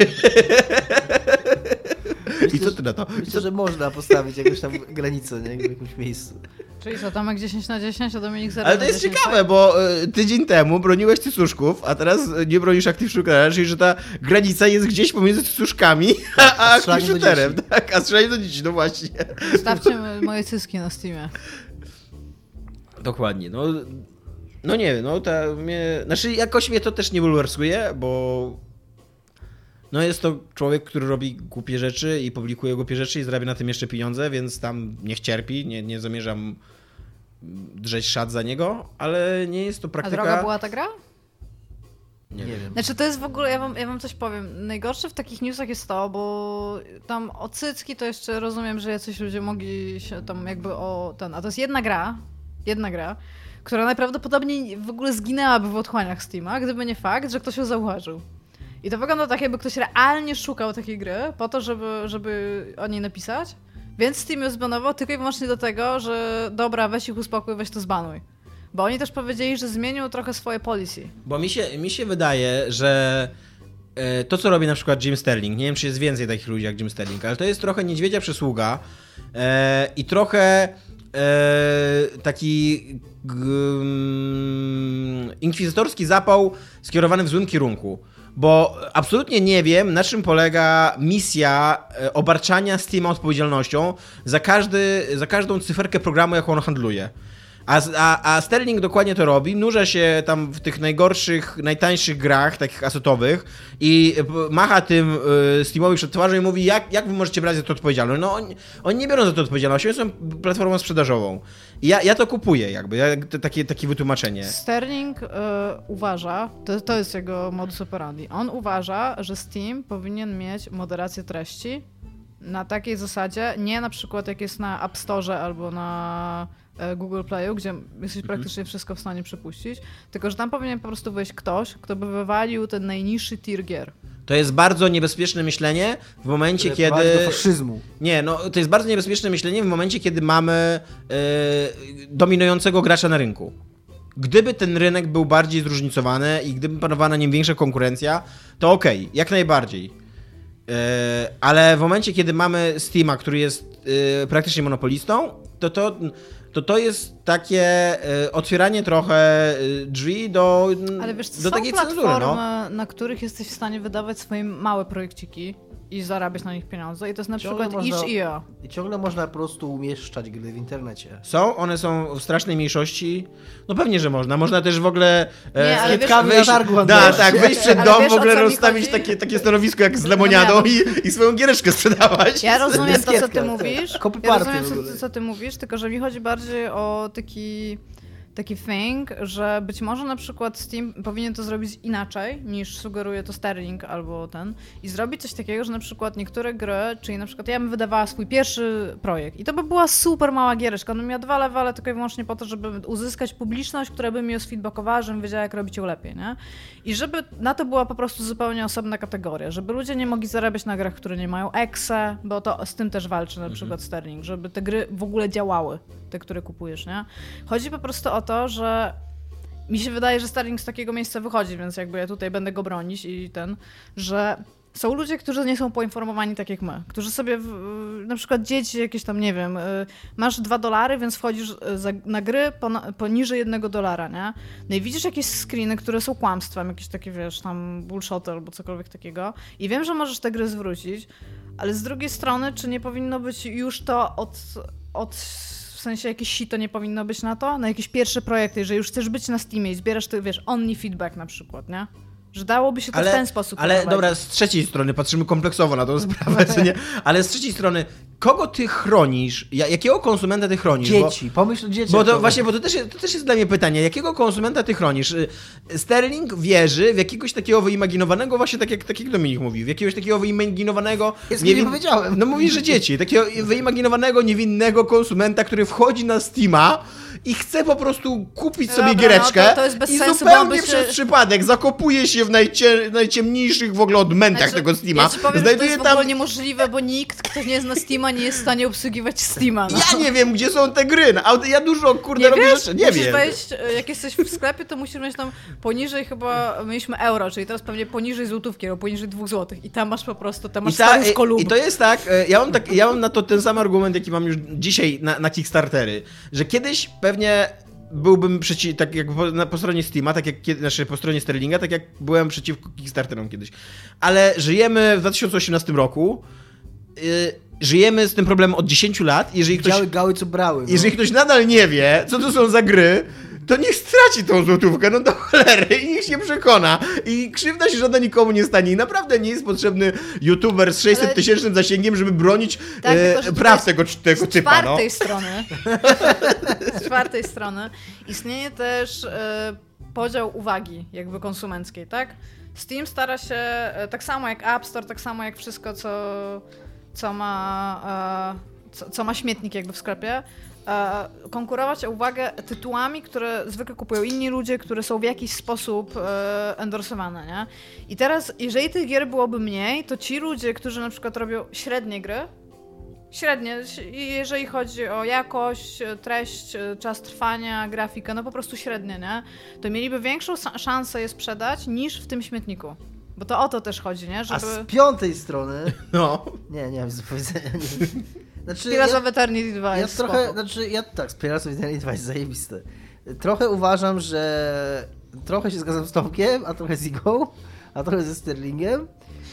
Myślę, I co ty na to? Myślę, że można postawić jakąś tam granicę, nie? W jakimś miejscu. Czyli co, Tomek dziesięć na dziesięć, a Dominik zero Ale to jest dziesięć, ciekawe, tak? bo y, tydzień temu broniłeś cycuszków, a teraz nie bronisz Active Shootera, czyli że ta granica jest gdzieś pomiędzy cycuszkami a, a Active Shooterem. Tak, a strzelaniem do dzieci, no właśnie. Stawcie moje cyski na Steamie. Dokładnie, no, no nie wiem, no ta mnie, znaczy jakoś mnie to też nie bulwersuje, bo no jest to człowiek, który robi głupie rzeczy i publikuje głupie rzeczy i zarabia na tym jeszcze pieniądze, więc tam niech cierpi, nie, nie zamierzam drzeć szat za niego, ale nie jest to praktyka... A droga była ta gra? Nie, nie wiem. Znaczy to jest w ogóle, ja wam, ja wam coś powiem, najgorsze w takich newsach jest to, bo tam o cycki to jeszcze rozumiem, że jacyś ludzie mogli się tam jakby o ten, a to jest jedna gra, jedna gra, która najprawdopodobniej w ogóle zginęłaby w otchłaniach Steama, gdyby nie fakt, że ktoś ją zauważył. I to wygląda tak, jakby ktoś realnie szukał takiej gry po to, żeby, żeby o niej napisać, więc Steam ją zbanował tylko i wyłącznie do tego, że dobra, weź ich uspokój, weź to zbanuj. Bo oni też powiedzieli, że zmienią trochę swoje policy. Bo mi się, mi się wydaje, że to, co robi na przykład Jim Sterling, nie wiem, czy jest więcej takich ludzi jak Jim Sterling, ale to jest trochę niedźwiedzia przysługa e, i trochę e, taki g, inkwizytorski zapał skierowany w złym kierunku. Bo absolutnie nie wiem, na czym polega misja obarczania Steama odpowiedzialnością za, każdy, za każdą cyferkę programu, jaką on handluje. A, a, a Sterling dokładnie to robi, nurza się tam w tych najgorszych, najtańszych grach, takich asetowych i macha tym y, Steamowi przed twarzą i mówi, jak, jak wy możecie brać za to odpowiedzialność. No oni, oni nie biorą za to odpowiedzialność, oni są platformą sprzedażową. I ja, ja to kupuję jakby, ja, to, takie, takie wytłumaczenie. Sterling y, uważa, to, to jest jego modus operandi, on uważa, że Steam powinien mieć moderację treści na takiej zasadzie, nie na przykład jak jest na App Store albo na Google Playu, gdzie jesteś mhm. praktycznie wszystko w stanie przepuścić, tylko że tam powinien po prostu wejść ktoś, kto by wywalił ten najniższy tier gier. To jest bardzo niebezpieczne myślenie w momencie, Które kiedy... do faszyzmu. Nie, no to jest bardzo niebezpieczne myślenie w momencie, kiedy mamy yy, dominującego gracza na rynku. Gdyby ten rynek był bardziej zróżnicowany i gdyby panowała na nim większa konkurencja, to okej, okay, jak najbardziej. Yy, ale w momencie, kiedy mamy Steama, który jest yy, praktycznie monopolistą, to to... to to jest takie y, otwieranie trochę y, drzwi do, Ale wiesz, co do są takiej platformy, cenzury. No. na których jesteś w stanie wydawać swoje małe projekciki i zarabiać na nich pieniądze. I to jest na Ciągle przykład można, itch kropka i o. I ciągle można po prostu umieszczać gry w internecie. Są, one są w strasznej mniejszości. No pewnie, że można. Można też w ogóle e, Nie, ale z wiesz, wyjść, na targu da, tak, wyjść przed Ale dom, wiesz, w ogóle o co mi rozstawić chodzi? takie, takie stanowisko jak z lemoniadą No i, i swoją giereczkę sprzedawać. Ja rozumiem to, co ty Dyskietka, mówisz. Copy Ja party rozumiem, w ogóle. co, co ty mówisz, tylko że mi chodzi bardziej o taki... taki thing, że być może na przykład Steam powinien to zrobić inaczej niż sugeruje to Sterling albo ten i zrobić coś takiego, że na przykład niektóre gry, czyli na przykład ja bym wydawała swój pierwszy projekt i to by była super mała giereczka, ona miała dwa levele tylko i wyłącznie po to, żeby uzyskać publiczność, która by mi ją sfeedbackowała, żebym wiedziała, jak robić ją lepiej, nie? I żeby na to była po prostu zupełnie osobna kategoria, żeby ludzie nie mogli zarabiać na grach, które nie mają exe, bo to z tym też walczy na przykład mhm. Sterling, żeby te gry w ogóle działały, te, które kupujesz, nie? Chodzi po prostu o to, że mi się wydaje, że Sterling z takiego miejsca wychodzi, więc jakby ja tutaj będę go bronić i ten, że są ludzie, którzy nie są poinformowani tak jak my, którzy sobie, w, na przykład dzieci jakieś tam, nie wiem, masz dwa dolary, więc wchodzisz za, na gry poniżej jednego dolara, nie? No i widzisz jakieś screeny, które są kłamstwem, jakieś takie, wiesz, tam bullshoty albo cokolwiek takiego i wiem, że możesz te gry zwrócić, ale z drugiej strony, czy nie powinno być już to od... od w sensie jakieś sito nie powinno być na to, na jakieś pierwsze projekty, jeżeli już chcesz być na Steamie i zbierasz ty, wiesz, only feedback na przykład, nie? Że dałoby się to ale, w ten sposób Ale prowadzić. dobra, z trzeciej strony patrzymy kompleksowo na tą sprawę, czy nie? Ale z trzeciej strony, kogo ty chronisz? Jakiego konsumenta ty chronisz? Dzieci, bo, pomyśl o dzieciach. Bo to właśnie, bo to też, jest, to też jest dla mnie pytanie, jakiego konsumenta ty chronisz? Sterling wierzy w jakiegoś takiego wyimaginowanego, właśnie tak jak, tak jak Dominik mówił, w jakiegoś takiego wyimaginowanego... Jest nie, nie powiedziałem. No mówisz, że dzieci, takiego wyimaginowanego, niewinnego konsumenta, który wchodzi na Steama i chce po prostu kupić sobie Dobra, giereczkę no to, to jest bez i sensu, zupełnie się... przez przypadek zakopuje się w najcie, najciemniejszych w ogóle odmętach Znaczy, tego Steama. Ja ci powiem, Znajduje że to jest tam... w ogóle niemożliwe, bo nikt, kto nie zna Steama, nie jest w stanie obsługiwać Steama. No. Ja nie wiem, gdzie są te gry. No, ja dużo, kurde, nie robię wiesz? rzeczy. Nie musisz wiem. wejść, jak jesteś w sklepie, to musisz mieć tam poniżej chyba, mieliśmy euro, czyli teraz pewnie poniżej złotówki, albo poniżej dwóch złotych i tam masz po prostu, tam masz I, ta, staruszko I to jest tak, ja mam, tak, ja mam na to ten sam argument, jaki mam już dzisiaj na, na Kickstartery, że kiedyś pewnie byłbym przeciw, tak jak po, na, po stronie Steama, tak jak kiedy, znaczy po stronie Sterlinga, tak jak byłem przeciwko Kickstarterom kiedyś. Ale żyjemy w dwa tysiące osiemnastym roku, yy, żyjemy z tym problemem od dziesięciu lat. Jeżeli ktoś, Działy gały, co brały. No. jeżeli ktoś nadal nie wie, co to są za gry, to niech straci tą złotówkę, no do cholery i niech się przekona. I krzywda się żadna nikomu nie stanie. I naprawdę nie jest potrzebny youtuber z sześćset tysięcznym zasięgiem, żeby bronić tak, e, tylko, praw tego, tego z typa. czwartej No. strony, z czwartej strony istnieje też e, podział uwagi jakby konsumenckiej, tak? Steam stara się, e, tak samo jak App Store, tak samo jak wszystko, co, co ma e, co, co ma śmietnik jakby w sklepie, e, konkurować o uwagę tytułami, które zwykle kupują inni ludzie, które są w jakiś sposób e, endorsowane, nie? I teraz, jeżeli tych gier byłoby mniej, to ci ludzie, którzy na przykład robią średnie gry, średnie, jeżeli chodzi o jakość, treść, czas trwania, grafikę, no po prostu średnie, nie? To mieliby większą szansę je sprzedać niż w tym śmietniku. Bo to o to też chodzi, nie? Żeby... A z piątej strony... No. Nie, nie wiem, co powiedzenia. Znaczy, Pillars ja, of Eternity dwa ja jest trochę, spoko. znaczy, ja tak, z Pillars of Eternity dwa jest zajebiste. Trochę uważam, że trochę się zgadzam z Tomkiem, a trochę z Igą, a trochę ze Sterlingiem.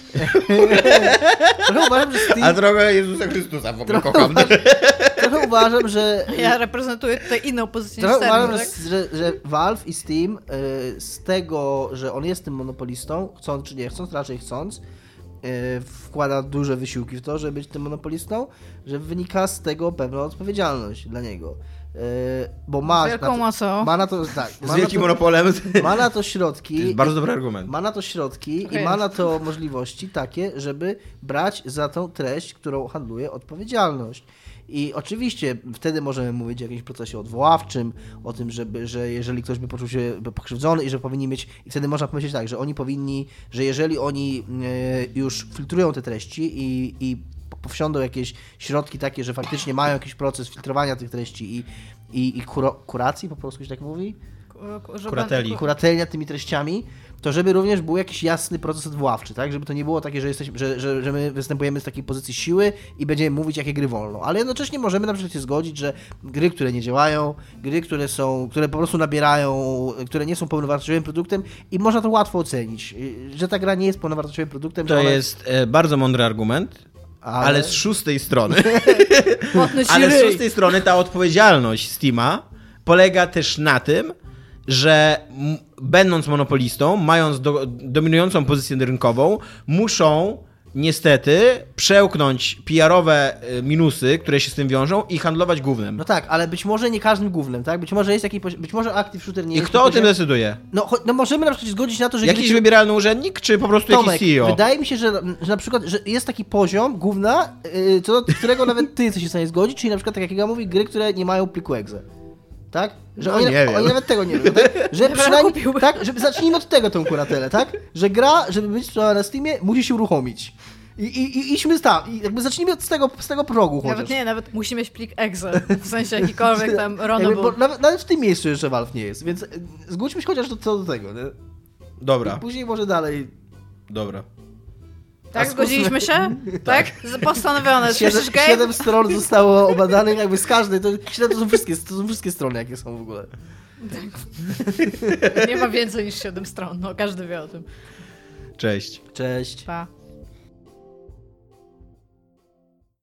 Trochę uważam, że Steam... A trochę Jezusa Chrystusa w ogóle trochę kocham. Uważam, trochę uważam, że... Ja reprezentuję tutaj inną pozycję Trochę niż uważam, Sterling, tak? że, że Valve i Steam y, z tego, że on jest tym monopolistą, chcąc czy nie chcąc, raczej chcąc, e, wkłada duże wysiłki w to, żeby być tym monopolistą, że wynika z tego pewna odpowiedzialność dla niego. E, bo ma Wielką na to, mocą. ma na to, tak, Z ma wielkim na to, monopolem. ma na to To środki. jest bardzo dobry argument. Ma na to środki Okay. i ma na to możliwości takie, żeby brać za tą treść, którą handluje, odpowiedzialność. I oczywiście wtedy możemy mówić o jakimś procesie odwoławczym, o tym, żeby, że jeżeli ktoś by poczuł się pokrzywdzony i że powinni mieć, i wtedy można powiedzieć tak, że oni powinni, że jeżeli oni e, już filtrują te treści i, i powsiądą jakieś środki takie, że faktycznie mają jakiś proces filtrowania tych treści i, i, i kuro, kuracji, po polsku się tak mówi? Kurateli. Kuratelnia tymi treściami, to żeby również był jakiś jasny proces odwoławczy, tak? Żeby to nie było takie, że, jesteśmy, że, że, że my występujemy z takiej pozycji siły i będziemy mówić, jakie gry wolno. Ale jednocześnie możemy na przykład się zgodzić, że gry, które nie działają, gry, które są, które po prostu nabierają, które nie są pełnowartościowym produktem i można to łatwo ocenić, że ta gra nie jest pełnowartościowym produktem. To że ona jest e, bardzo mądry argument, ale, ale z szóstej strony. ale z szóstej strony ta odpowiedzialność Steama polega też na tym, że m- będąc monopolistą, mając do, dominującą pozycję rynkową, muszą niestety przełknąć P R-owe minusy, które się z tym wiążą i handlować gównem. No tak, ale być może nie każdym gównem, tak? Być może jest jakiś, pozi- być może Active Shooter nie I jest... kto o tym decyduje? No, cho- no możemy na przykład się zgodzić na to, że... Jakiś gry... wybieralny urzędnik, czy po prostu Tomek, jakiś C E O? wydaje mi się, że, że na przykład, że jest taki poziom gówna, yy, co do którego nawet ty jesteś w stanie zgodzić, czyli na przykład, tak jak ja mówię, gry, które nie mają pliku exe. Tak? Że No oni, nie wiem. oni nawet tego nie robią. Tak? Że Dobra, przynajmniej, kupiłbym. tak, żeby zacznijmy od tego tą kuratelę, tak? Że gra, żeby być sprzedana na Steamie, musi się uruchomić. I, i, i idźmy tam, i jakby zacznijmy od z tego, z tego progu chociaż. Nawet nie, nawet musi mieć plik exe, w sensie jakikolwiek tam Jakby, Rono bo nawet, nawet w tym miejscu jeszcze Valve nie jest, więc y, zgódźmy się chociaż do, co do tego, nie? Dobra, I później może dalej. dobra. Tak, A zgodziliśmy się? Tak? Postanowione. Siedem, Słyszysz, game? siedem stron zostało obadanych, jakby z każdej, to, siedem to, są wszystkie, to są wszystkie strony, jakie są w ogóle. Nie ma więcej niż siedem stron, no każdy wie o tym. Cześć. Cześć. Pa.